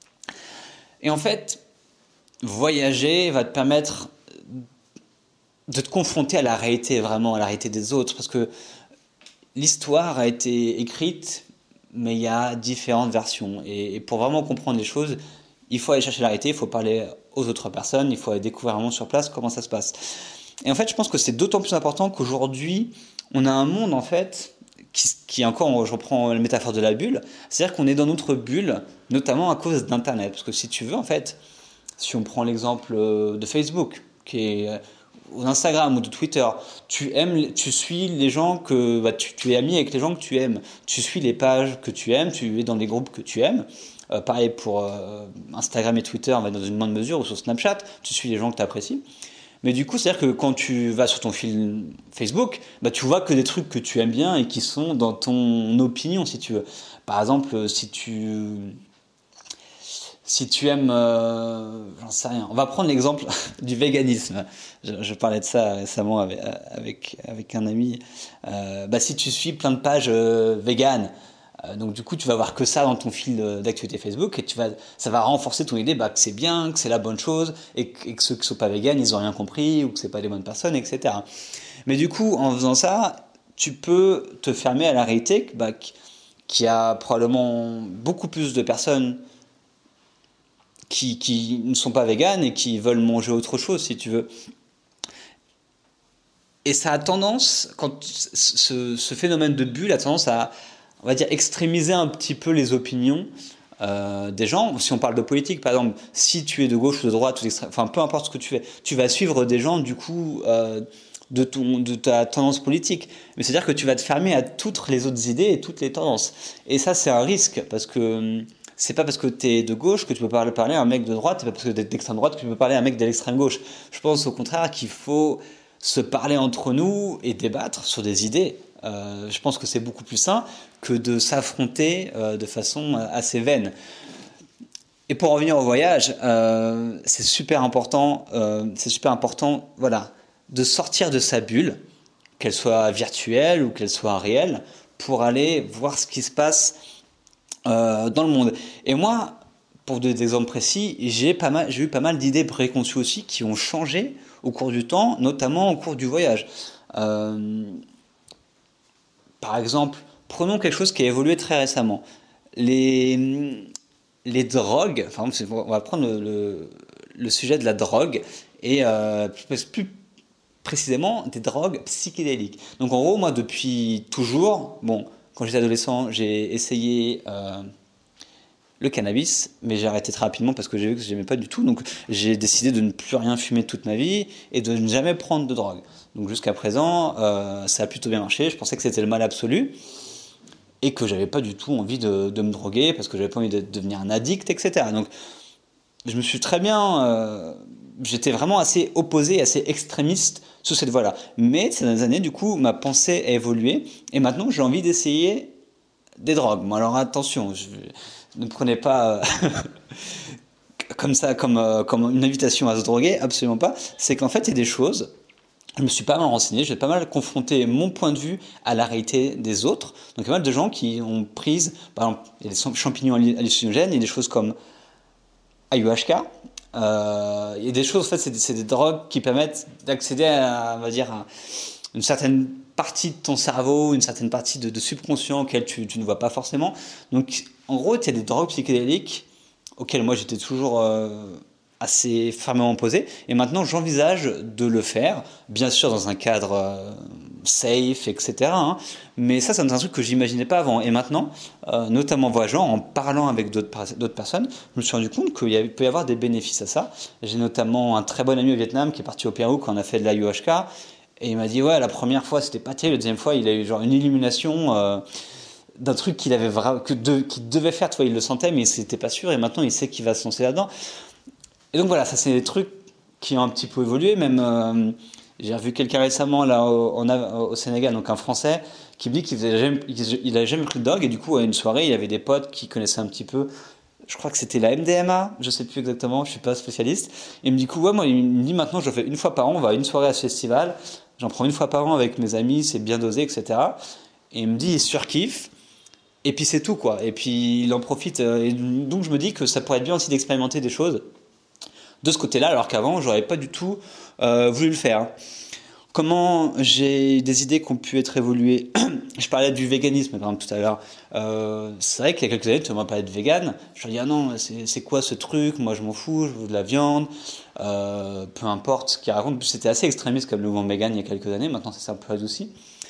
Et en fait, voyager va te permettre de te confronter à la réalité, vraiment à la réalité des autres, parce que l'histoire a été écrite, mais il y a différentes versions. Et, et pour vraiment comprendre les choses, il faut aller chercher la réalité, il faut parler aux autres personnes, il faut aller découvrir vraiment sur place comment ça se passe. Et en fait, je pense que c'est d'autant plus important qu'aujourd'hui, on a un monde, en fait, qui, qui encore, je reprends la métaphore de la bulle, c'est-à-dire qu'on est dans notre bulle, notamment à cause d'Internet. Parce que si tu veux, en fait, si on prend l'exemple de Facebook, qui est... ou d'Instagram ou de Twitter, tu aimes, tu suis les gens que, bah, tu, tu es ami avec les gens que tu aimes, tu suis les pages que tu aimes, tu es dans les groupes que tu aimes. Euh, pareil pour euh, Instagram et Twitter, on va dans une moindre mesure, ou sur Snapchat, tu suis les gens que tu apprécies. Mais du coup, c'est-à-dire que quand tu vas sur ton fil Facebook, bah, tu vois que des trucs que tu aimes bien et qui sont dans ton opinion, si tu veux. Par exemple, si tu... Si tu aimes, euh, j'en sais rien. On va prendre l'exemple du véganisme. Je, je parlais de ça récemment avec avec, avec un ami. Euh, bah si tu suis plein de pages euh, véganes, euh, donc du coup tu vas voir que ça dans ton fil d'actualité Facebook et tu vas, ça va renforcer ton idée bah, que c'est bien, que c'est la bonne chose et que, et que ceux qui sont pas véganes ils ont rien compris ou que c'est pas des bonnes personnes, et cetera. Mais du coup en faisant ça, tu peux te fermer à la réalité bah, qu'il y a probablement beaucoup plus de personnes Qui, qui ne sont pas véganes et qui veulent manger autre chose, si tu veux. Et ça a tendance, quand ce, ce phénomène de bulle a tendance à, on va dire, extrémiser un petit peu les opinions euh, des gens. Si on parle de politique, par exemple, si tu es de gauche ou de droite, ou d'extrême, enfin, peu importe ce que tu fais, tu vas suivre des gens, du coup, euh, de, ton, de ta tendance politique. Mais c'est-à-dire que tu vas te fermer à toutes les autres idées et toutes les tendances. Et ça, c'est un risque, parce que c'est pas parce que tu es de gauche que tu peux parler à un mec de droite, c'est pas parce que tu es d'extrême droite que tu peux parler à un mec de l'extrême gauche. Je pense au contraire qu'il faut se parler entre nous et débattre sur des idées. Euh, je pense que c'est beaucoup plus sain que de s'affronter euh, de façon assez vaine. Et pour revenir au voyage, euh, c'est super important, euh, c'est super important, voilà, de sortir de sa bulle, qu'elle soit virtuelle ou qu'elle soit réelle, pour aller voir ce qui se passe Euh, dans le monde. Et moi, pour des exemples précis, j'ai pas mal, j'ai eu pas mal d'idées préconçues aussi qui ont changé au cours du temps, notamment au cours du voyage. Euh, par exemple, prenons quelque chose qui a évolué très récemment. Les, les drogues, enfin, on va prendre le, le, le sujet de la drogue et euh, plus, plus précisément des drogues psychédéliques. Donc en gros, moi depuis toujours, bon, quand j'étais adolescent, j'ai essayé euh, le cannabis, mais j'ai arrêté très rapidement parce que j'ai vu que je n'aimais pas du tout. Donc j'ai décidé de ne plus rien fumer toute ma vie et de ne jamais prendre de drogue. Donc jusqu'à présent, euh, ça a plutôt bien marché. Je pensais que c'était le mal absolu. et que j'avais pas du tout envie de, de me droguer parce que j'avais pas envie de devenir un addict, et cetera. Donc je me suis très bien, euh, j'étais vraiment assez opposé, assez extrémiste sur cette voie-là. Mais ces dernières années, du coup, ma pensée a évolué et maintenant j'ai envie d'essayer des drogues. Bon, alors attention, je, ne prenez pas comme ça, comme, euh, comme une invitation à se droguer, absolument pas. C'est qu'en fait, il y a des choses. Je me suis pas mal renseigné, j'ai pas mal confronté mon point de vue à la réalité des autres. Donc il y a pas mal de gens qui ont pris, par exemple, il y a des champignons hallucinogènes, il y a des choses comme ayahuasca. Euh, il y a des choses, en fait, c'est des, c'est des drogues qui permettent d'accéder à, on va dire, à une certaine partie de ton cerveau, une certaine partie de, de subconscient auquel tu, tu ne vois pas forcément. Donc, en gros, il y a des drogues psychédéliques auxquelles moi j'étais toujours euh, assez fermement opposé. Et maintenant, j'envisage de le faire, bien sûr dans un cadre euh, safe, et cetera. Hein. Mais ça, c'est un truc que j'imaginais pas avant. Et maintenant, euh, notamment en voyageant, en parlant avec d'autres, d'autres personnes, je me suis rendu compte qu'il y avait, peut y avoir des bénéfices à ça. J'ai notamment un très bon ami au Vietnam qui est parti au Pérou quand on a fait de l'ayahuasca. Et il m'a dit, ouais, la première fois, c'était pas terrible. La deuxième fois, il a eu genre une illumination euh, d'un truc qu'il avait vra- que de, qu'il devait faire. Tu vois, il le sentait, mais il n'était pas sûr. Et maintenant, il sait qu'il va se lancer là-dedans. Et donc voilà, ça c'est des trucs qui ont un petit peu évolué. Même euh, j'ai revu quelqu'un récemment là au, en, au Sénégal, donc un Français, qui me dit qu'il n'avait jamais, il avait jamais pris de drogue et du coup à une soirée, il avait des potes qui connaissaient un petit peu. Je crois que c'était la M D M A, je sais plus exactement, je suis pas spécialiste. Et il me dit, coup, ouais, moi, il me dit maintenant, je le fais une fois par an, on va à une soirée à ce festival. J'en prends une fois par an avec mes amis, c'est bien dosé, et cetera. Et il me dit, il surkiffe. Et puis c'est tout, quoi. Et puis il en profite. Et donc je me dis que ça pourrait être bien aussi d'expérimenter des choses de ce côté-là, alors qu'avant, j'aurais pas du tout euh, voulu le faire. Comment j'ai des idées qui ont pu être évoluées. Je parlais du véganisme, par exemple, tout à l'heure. Euh, c'est vrai qu'il y a quelques années, tu m'as parlé de vegan. Je me dis, ah non, c'est, c'est quoi ce truc? Moi, je m'en fous, je veux de la viande. Euh, peu importe ce qu'il raconte. C'était assez extrémiste comme le mouvement vegan il y a quelques années. Maintenant, ça s'est un peu adouci.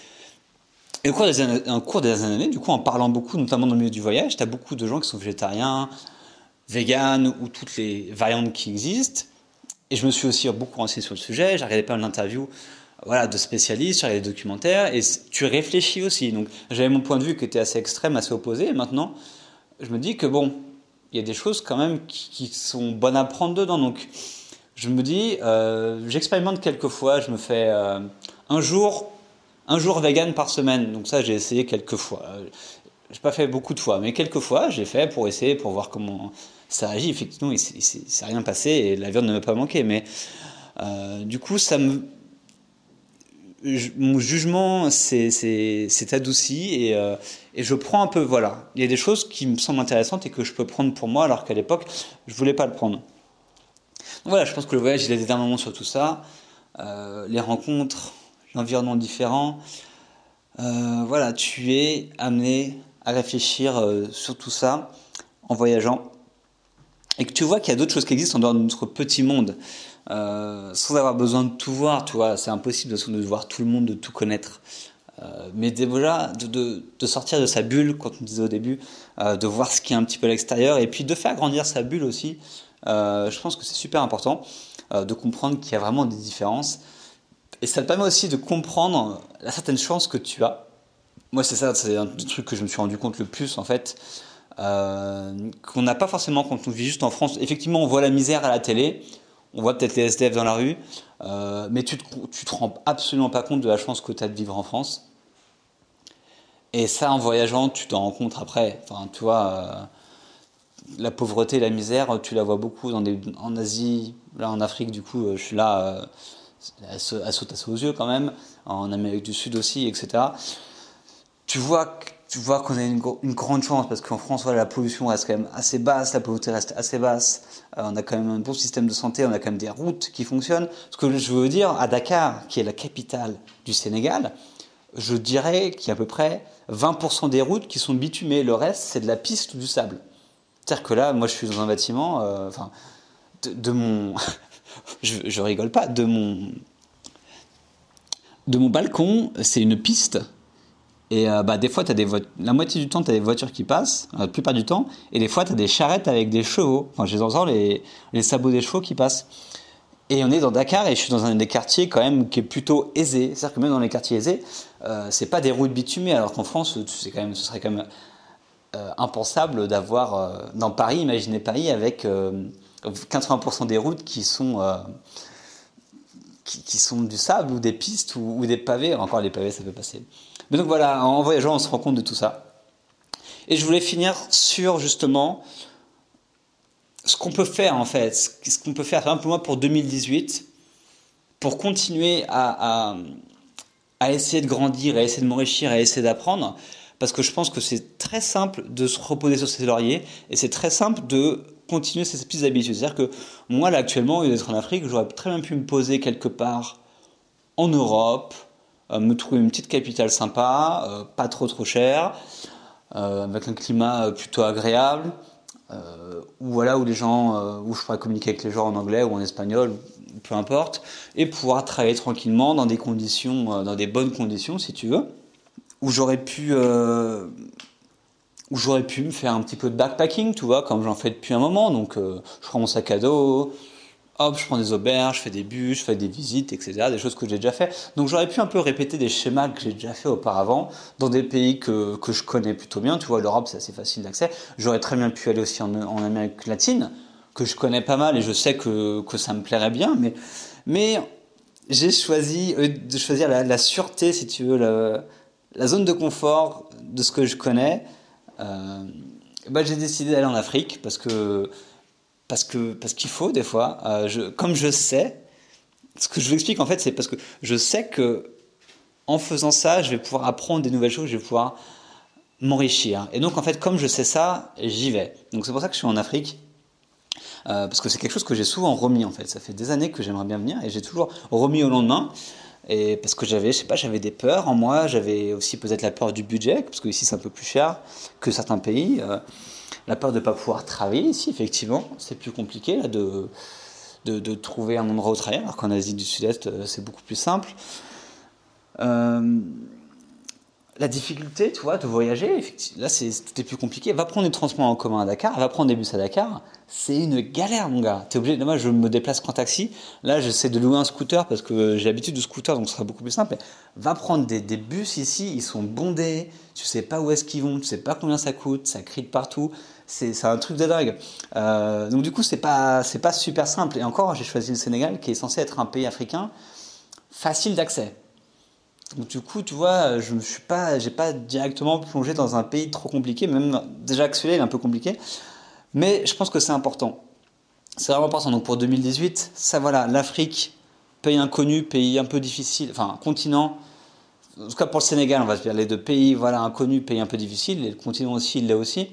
Et au cours des années, au cours des années, du coup, en parlant beaucoup, notamment dans le milieu du voyage, tu as beaucoup de gens qui sont végétariens, vegan ou toutes les variantes qui existent. Et je me suis aussi beaucoup renseigné sur le sujet. J'ai regardé pas mal d'interviews, voilà, de spécialistes, j'ai regardé des documentaires. Et tu réfléchis aussi. Donc, j'avais mon point de vue qui était assez extrême, assez opposé. Et maintenant, je me dis que bon, il y a des choses quand même qui, qui sont bonnes à prendre dedans. Donc, je me dis, euh, j'expérimente quelques fois. Je me fais euh, un jour, un jour vegan par semaine. Donc ça, j'ai essayé quelques fois. J'ai pas fait beaucoup de fois, mais quelques fois, j'ai fait pour essayer, pour voir comment ça agit. Effectivement, il s'est, il s'est, il s'est rien passé et la viande ne m'a pas manqué. Mais euh, du coup, ça me, je, mon jugement s'est, s'est, s'est adouci et, euh, et je prends un peu. Voilà, il y a des choses qui me semblent intéressantes et que je peux prendre pour moi, alors qu'à l'époque, je voulais pas le prendre. Donc voilà, je pense que le voyage, il a des moments sur tout ça, euh, les rencontres, l'environnement différent. Euh, voilà, tu es amené à réfléchir euh, sur tout ça en voyageant et que tu vois qu'il y a d'autres choses qui existent en dehors de notre petit monde euh, sans avoir besoin de tout voir, tu vois, c'est impossible de, de voir tout le monde, de tout connaître. Euh, mais déjà de, de, de sortir de sa bulle, quand on disait au début, euh, de voir ce qui est un petit peu à l'extérieur et puis de faire grandir sa bulle aussi, euh, je pense que c'est super important euh, de comprendre qu'il y a vraiment des différences. Et ça te permet aussi de comprendre la certaine chance que tu as. Moi, c'est ça, c'est un des trucs que je me suis rendu compte le plus, en fait, euh, qu'on n'a pas forcément quand on vit juste en France. Effectivement, on voit la misère à la télé, on voit peut-être les S D F dans la rue, euh, mais tu te, tu te rends absolument pas compte de la chance que tu as de vivre en France. Et ça, en voyageant, tu t'en rends compte après. Enfin, tu vois, euh, la pauvreté, la misère, tu la vois beaucoup dans des, en Asie, là en Afrique, du coup, je suis là... Euh, Elle, se, elle saute assez aux yeux quand même, en Amérique du Sud aussi, et cetera. Tu vois, tu vois qu'on a une, une grande chance parce qu'en France, voilà, la pollution reste quand même assez basse, la pauvreté reste assez basse, euh, on a quand même un bon système de santé, on a quand même des routes qui fonctionnent. Ce que je veux dire, à Dakar, qui est la capitale du Sénégal, je dirais qu'il y a à peu près vingt pour cent des routes qui sont bitumées, le reste c'est de la piste ou du sable. C'est-à-dire que là, moi je suis dans un bâtiment, euh, enfin, de, de mon... Je, je rigole pas, de mon, de mon balcon, c'est une piste. Et euh, bah, des fois, t'as des vo- la moitié du temps, tu as des voitures qui passent, euh, la plupart du temps. Et des fois, tu as des charrettes avec des chevaux. Enfin, je les entends, les, les sabots des chevaux qui passent. Et on est dans Dakar et je suis dans un des quartiers quand même qui est plutôt aisé. C'est-à-dire que même dans les quartiers aisés, euh, c'est pas des routes bitumées, alors qu'en France, c'est quand même, ce serait quand même euh, impensable d'avoir euh, dans Paris, imaginez Paris avec euh, quatre-vingts pour cent des routes qui sont euh, qui, qui sont du sable ou des pistes ou, ou des pavés. Encore les pavés, ça peut passer. Mais donc voilà, en voyageant, on se rend compte de tout ça. Et je voulais finir sur justement ce qu'on peut faire en fait, ce qu'on peut faire, par exemple moi pour deux mille dix-huit, pour continuer à, à, à essayer de grandir, à essayer de m'enrichir, à essayer d'apprendre, parce que je pense que c'est très simple de se reposer sur ses lauriers et c'est très simple de continuer ces petites habitudes. C'est-à-dire que moi là actuellement, au lieu d'être en Afrique, j'aurais très bien pu me poser quelque part en Europe, euh, me trouver une petite capitale sympa, euh, pas trop trop chère, euh, avec un climat plutôt agréable. Euh, ou voilà où les gens euh, où je pourrais communiquer avec les gens en anglais ou en espagnol, peu importe, et pouvoir travailler tranquillement dans des conditions, euh, dans des bonnes conditions si tu veux, où j'aurais pu euh, où j'aurais pu me faire un petit peu de backpacking, tu vois, comme j'en fais depuis un moment. Donc euh, je prends mon sac à dos, hop, je prends des auberges, je fais des bus, je fais des visites, et cetera. Des choses que j'ai déjà fait. Donc j'aurais pu un peu répéter des schémas que j'ai déjà fait auparavant dans des pays que, que je connais plutôt bien. Tu vois, l'Europe, c'est assez facile d'accès. J'aurais très bien pu aller aussi en, en Amérique latine, que je connais pas mal et je sais que, que ça me plairait bien. Mais, mais j'ai choisi euh, de choisir la, la sûreté, si tu veux, la, la zone de confort de ce que je connais. Euh, bah, j'ai décidé d'aller en Afrique parce que Parce que parce qu'il faut des fois, euh, je, comme je sais, ce que je vous explique en fait, c'est parce que je sais que en faisant ça, je vais pouvoir apprendre des nouvelles choses, je vais pouvoir m'enrichir. Et donc en fait, comme je sais ça, j'y vais. Donc c'est pour ça que je suis en Afrique, euh, parce que c'est quelque chose que j'ai souvent remis en fait. Ça fait des années que j'aimerais bien venir et j'ai toujours remis au lendemain. Et parce que j'avais, je sais pas, j'avais des peurs en moi, j'avais aussi peut-être la peur du budget, parce que ici c'est un peu plus cher que certains pays. Euh, La peur de ne pas pouvoir travailler ici, effectivement, c'est plus compliqué là, de, de, de trouver un endroit où travailler, alors qu'en Asie du Sud-Est, c'est beaucoup plus simple. Euh, la difficulté, tu vois, de voyager, là, c'est, tout est plus compliqué. Va prendre des transports en commun à Dakar, va prendre des bus à Dakar, c'est une galère, mon gars. T'es obligé, moi, je me déplace qu'en taxi. Là, j'essaie de louer un scooter parce que j'ai l'habitude de scooter, donc ce sera beaucoup plus simple. Va prendre des, des bus ici, ils sont bondés, tu sais pas où est-ce qu'ils vont, tu sais pas combien ça coûte, ça crie de partout. C'est, c'est un truc de dingue. Euh, donc du coup, c'est pas, c'est pas super simple. Et encore, j'ai choisi le Sénégal, qui est censé être un pays africain facile d'accès. Donc du coup, tu vois, je ne suis pas, j'ai pas directement plongé dans un pays trop compliqué, même déjà que celui-là il est un peu compliqué. Mais je pense que c'est important. C'est vraiment important. Donc pour deux mille dix-huit, ça voilà, l'Afrique, pays inconnu, pays un peu difficile, enfin continent. En tout cas pour le Sénégal, on va se dire les deux pays, voilà, inconnus, pays un peu difficile. Et le continent aussi, il l'est aussi.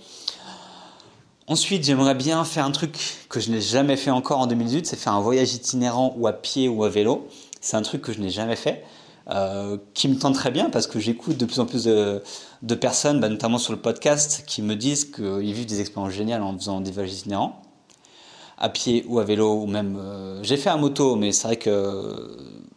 Ensuite, j'aimerais bien faire un truc que je n'ai jamais fait encore en deux mille dix-huit, c'est faire un voyage itinérant ou à pied ou à vélo. C'est un truc que je n'ai jamais fait, euh, qui me tente très bien parce que j'écoute de plus en plus de, de personnes, bah, notamment sur le podcast, qui me disent qu'ils vivent des expériences géniales en faisant des voyages itinérants, à pied ou à vélo, ou même... Euh, j'ai fait à moto, mais c'est vrai que euh,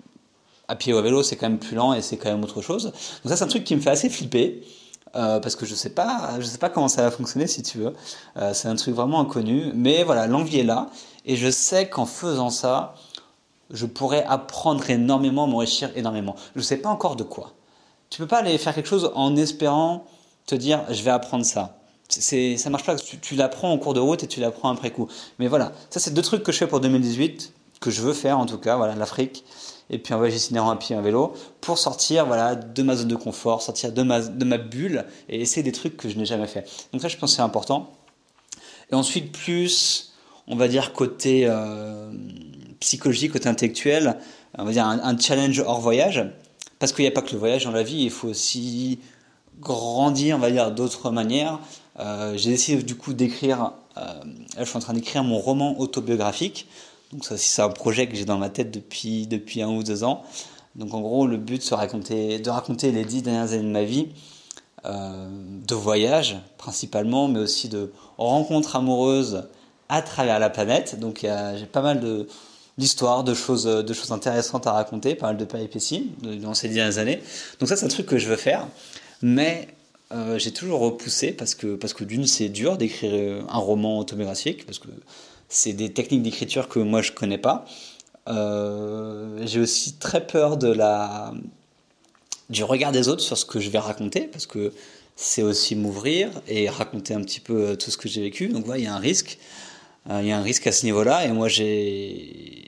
à pied ou à vélo, c'est quand même plus lent et c'est quand même autre chose. Donc ça, c'est un truc qui me fait assez flipper. Euh, parce que je sais pas, je sais pas comment ça va fonctionner si tu veux. Euh, c'est un truc vraiment inconnu, mais voilà, l'envie est là, et je sais qu'en faisant ça, je pourrais apprendre énormément, m'enrichir énormément. Je sais pas encore de quoi. Tu peux pas aller faire quelque chose en espérant te dire, je vais apprendre ça. C'est, ça marche pas. Tu, tu l'apprends en cours de route et tu l'apprends après coup. Mais voilà, ça c'est deux trucs que je fais pour deux mille dix-huit, que je veux faire en tout cas. Voilà, l'Afrique. Et puis un voyage itinérant à pied, un vélo, pour sortir voilà, de ma zone de confort, sortir de ma, de ma bulle et essayer des trucs que je n'ai jamais fait. Donc ça, je pense que c'est important. Et ensuite, plus, on va dire, côté euh, psychologique, côté intellectuel, on va dire un, un challenge hors voyage, parce qu'il n'y a pas que le voyage dans la vie, il faut aussi grandir, on va dire, d'autres manières. Euh, j'ai décidé du coup d'écrire, euh, là je suis en train d'écrire mon roman autobiographique. Donc ça aussi, c'est un projet que j'ai dans ma tête depuis, depuis un ou deux ans. Donc en gros, le but, c'est raconter, de raconter les dix dernières années de ma vie, euh, de voyage principalement, mais aussi de rencontres amoureuses à travers la planète. Donc euh, j'ai pas mal de, d'histoires, de choses, de choses intéressantes à raconter, pas mal de péripéties dans ces dix dernières années. Donc ça, c'est un truc que je veux faire. Mais euh, j'ai toujours repoussé parce que, parce que d'une, c'est dur d'écrire un roman autobiographique, parce que c'est des techniques d'écriture que moi je connais pas. Euh, j'ai aussi très peur de la, du regard des autres sur ce que je vais raconter, parce que c'est aussi m'ouvrir et raconter un petit peu tout ce que j'ai vécu. Donc voilà, il y a un risque. Euh, il y a un risque à ce niveau-là. Et moi, j'ai...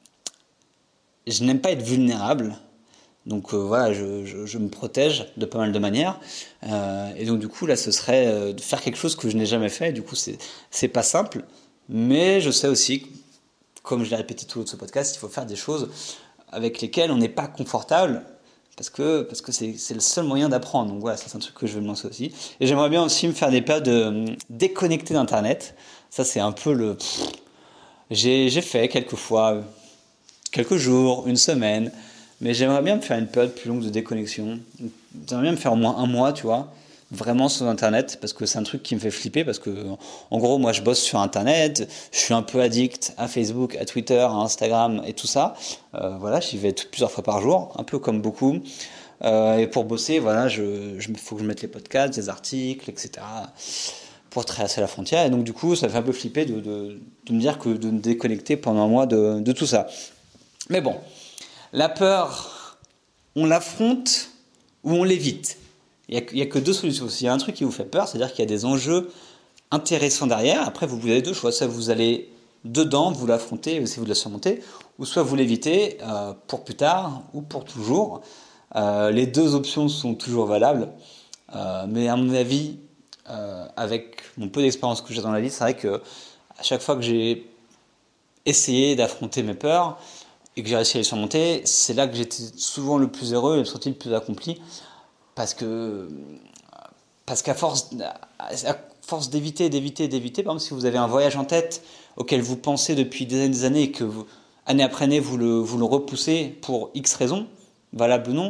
je n'aime pas être vulnérable. Donc euh, voilà, je, je, je me protège de pas mal de manières. Euh, et donc du coup, là, ce serait euh, de faire quelque chose que je n'ai jamais fait. Du coup, c'est, c'est pas simple. Mais je sais aussi, comme je l'ai répété tout au long de ce podcast, il faut faire des choses avec lesquelles on n'est pas confortable. Parce que, parce que c'est, c'est le seul moyen d'apprendre. Donc voilà, ça, c'est un truc que je vais me lancer aussi. Et j'aimerais bien aussi me faire des périodes de déconnecter d'Internet. Ça, c'est un peu le... Pff, j'ai, j'ai fait quelques fois, quelques jours, une semaine. Mais j'aimerais bien me faire une période plus longue de déconnexion. J'aimerais bien me faire au moins un mois, tu vois, vraiment sans Internet, parce que c'est un truc qui me fait flipper, parce que, en gros, moi, je bosse sur Internet, je suis un peu addict à Facebook, à Twitter, à Instagram et tout ça. Euh, voilà, j'y vais plusieurs fois par jour, un peu comme beaucoup. Euh, et pour bosser, voilà, je, je, faut que je mette les podcasts, les articles, et cetera, pour traverser la frontière. Et donc, du coup, ça fait un peu flipper de, de, de me dire que de me déconnecter pendant un mois de, de tout ça. Mais bon. La peur, on l'affronte ou on l'évite. Il n'y a, a que deux solutions. S'il y a un truc qui vous fait peur, c'est-à-dire qu'il y a des enjeux intéressants derrière. Après, vous avez deux choix. Soit vous allez dedans, vous l'affrontez, essayez de la surmonter, ou soit vous l'évitez euh, pour plus tard ou pour toujours. Euh, les deux options sont toujours valables. Euh, mais à mon avis, euh, avec mon peu d'expérience que j'ai dans la vie, c'est vrai que à chaque fois que j'ai essayé d'affronter mes peurs, et que j'ai réussi à les surmonter, c'est là que j'étais souvent le plus heureux et me sentais le plus accompli, parce que parce qu'à force à force d'éviter, d'éviter, d'éviter, par exemple, si vous avez un voyage en tête auquel vous pensez depuis des années, des années et que vous, année après année vous le vous le repoussez pour X raisons, valables ou non,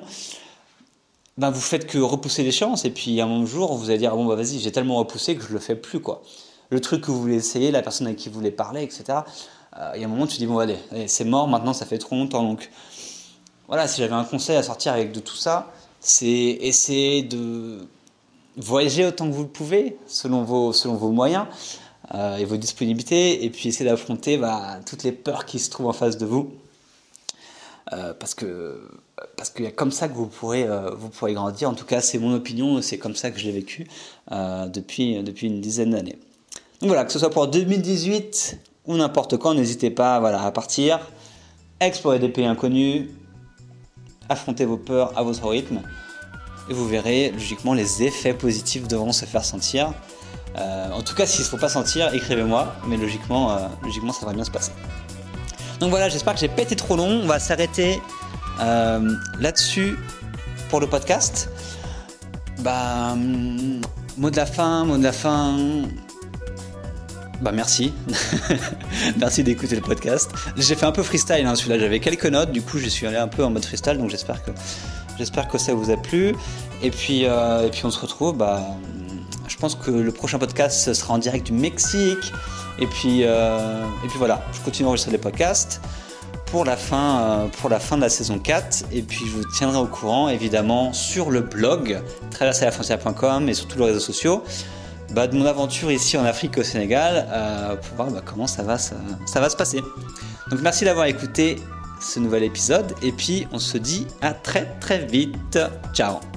ben vous faites que repousser l'échéance, et puis à un jour vous allez dire ah bon bah vas-y, j'ai tellement repoussé que je le fais plus, quoi. Le truc que vous voulez essayer, la personne avec qui vous voulez parler, et cetera. Il y a un moment où tu te dis bon allez, allez, c'est mort, maintenant ça fait trop longtemps. Donc voilà, si j'avais un conseil à sortir avec de tout ça, c'est essayer de voyager autant que vous le pouvez, selon vos, selon vos moyens euh, et vos disponibilités, et puis essayer d'affronter bah, toutes les peurs qui se trouvent en face de vous, euh, parce que parce qu'il y a comme ça que vous pourrez euh, vous pourrez grandir. En tout cas, c'est mon opinion, c'est comme ça que je l'ai vécu euh, depuis depuis une dizaine d'années. Donc voilà, que ce soit pour deux mille dix-huit ou n'importe quand, n'hésitez pas voilà, à partir, explorer des pays inconnus, affronter vos peurs à votre rythme, et vous verrez, logiquement, les effets positifs devront se faire sentir. Euh, en tout cas, s'il ne faut pas sentir, écrivez-moi, mais logiquement, euh, logiquement, ça va bien se passer. Donc voilà, j'espère que j'ai pas été trop long, on va s'arrêter euh, là-dessus pour le podcast. Bah, hum, mot de la fin, mot de la fin... Bah merci, merci d'écouter le podcast. J'ai fait un peu freestyle hein, celui-là, j'avais quelques notes, du coup je suis allé un peu en mode freestyle, donc j'espère que j'espère que ça vous a plu. Et puis euh, et puis on se retrouve. Bah, je pense que le prochain podcast ce sera en direct du Mexique. Et puis euh, et puis voilà, je continue à enregistrer des podcasts pour la fin euh, pour la fin de la saison quatre. Et puis je vous tiendrai au courant évidemment sur le blog traverser la frontière point com et sur tous les réseaux sociaux. Bah, de mon aventure ici en Afrique au Sénégal euh, pour voir bah, comment ça va, ça, ça va se passer. Donc merci d'avoir écouté ce nouvel épisode et puis on se dit à très très vite. Ciao.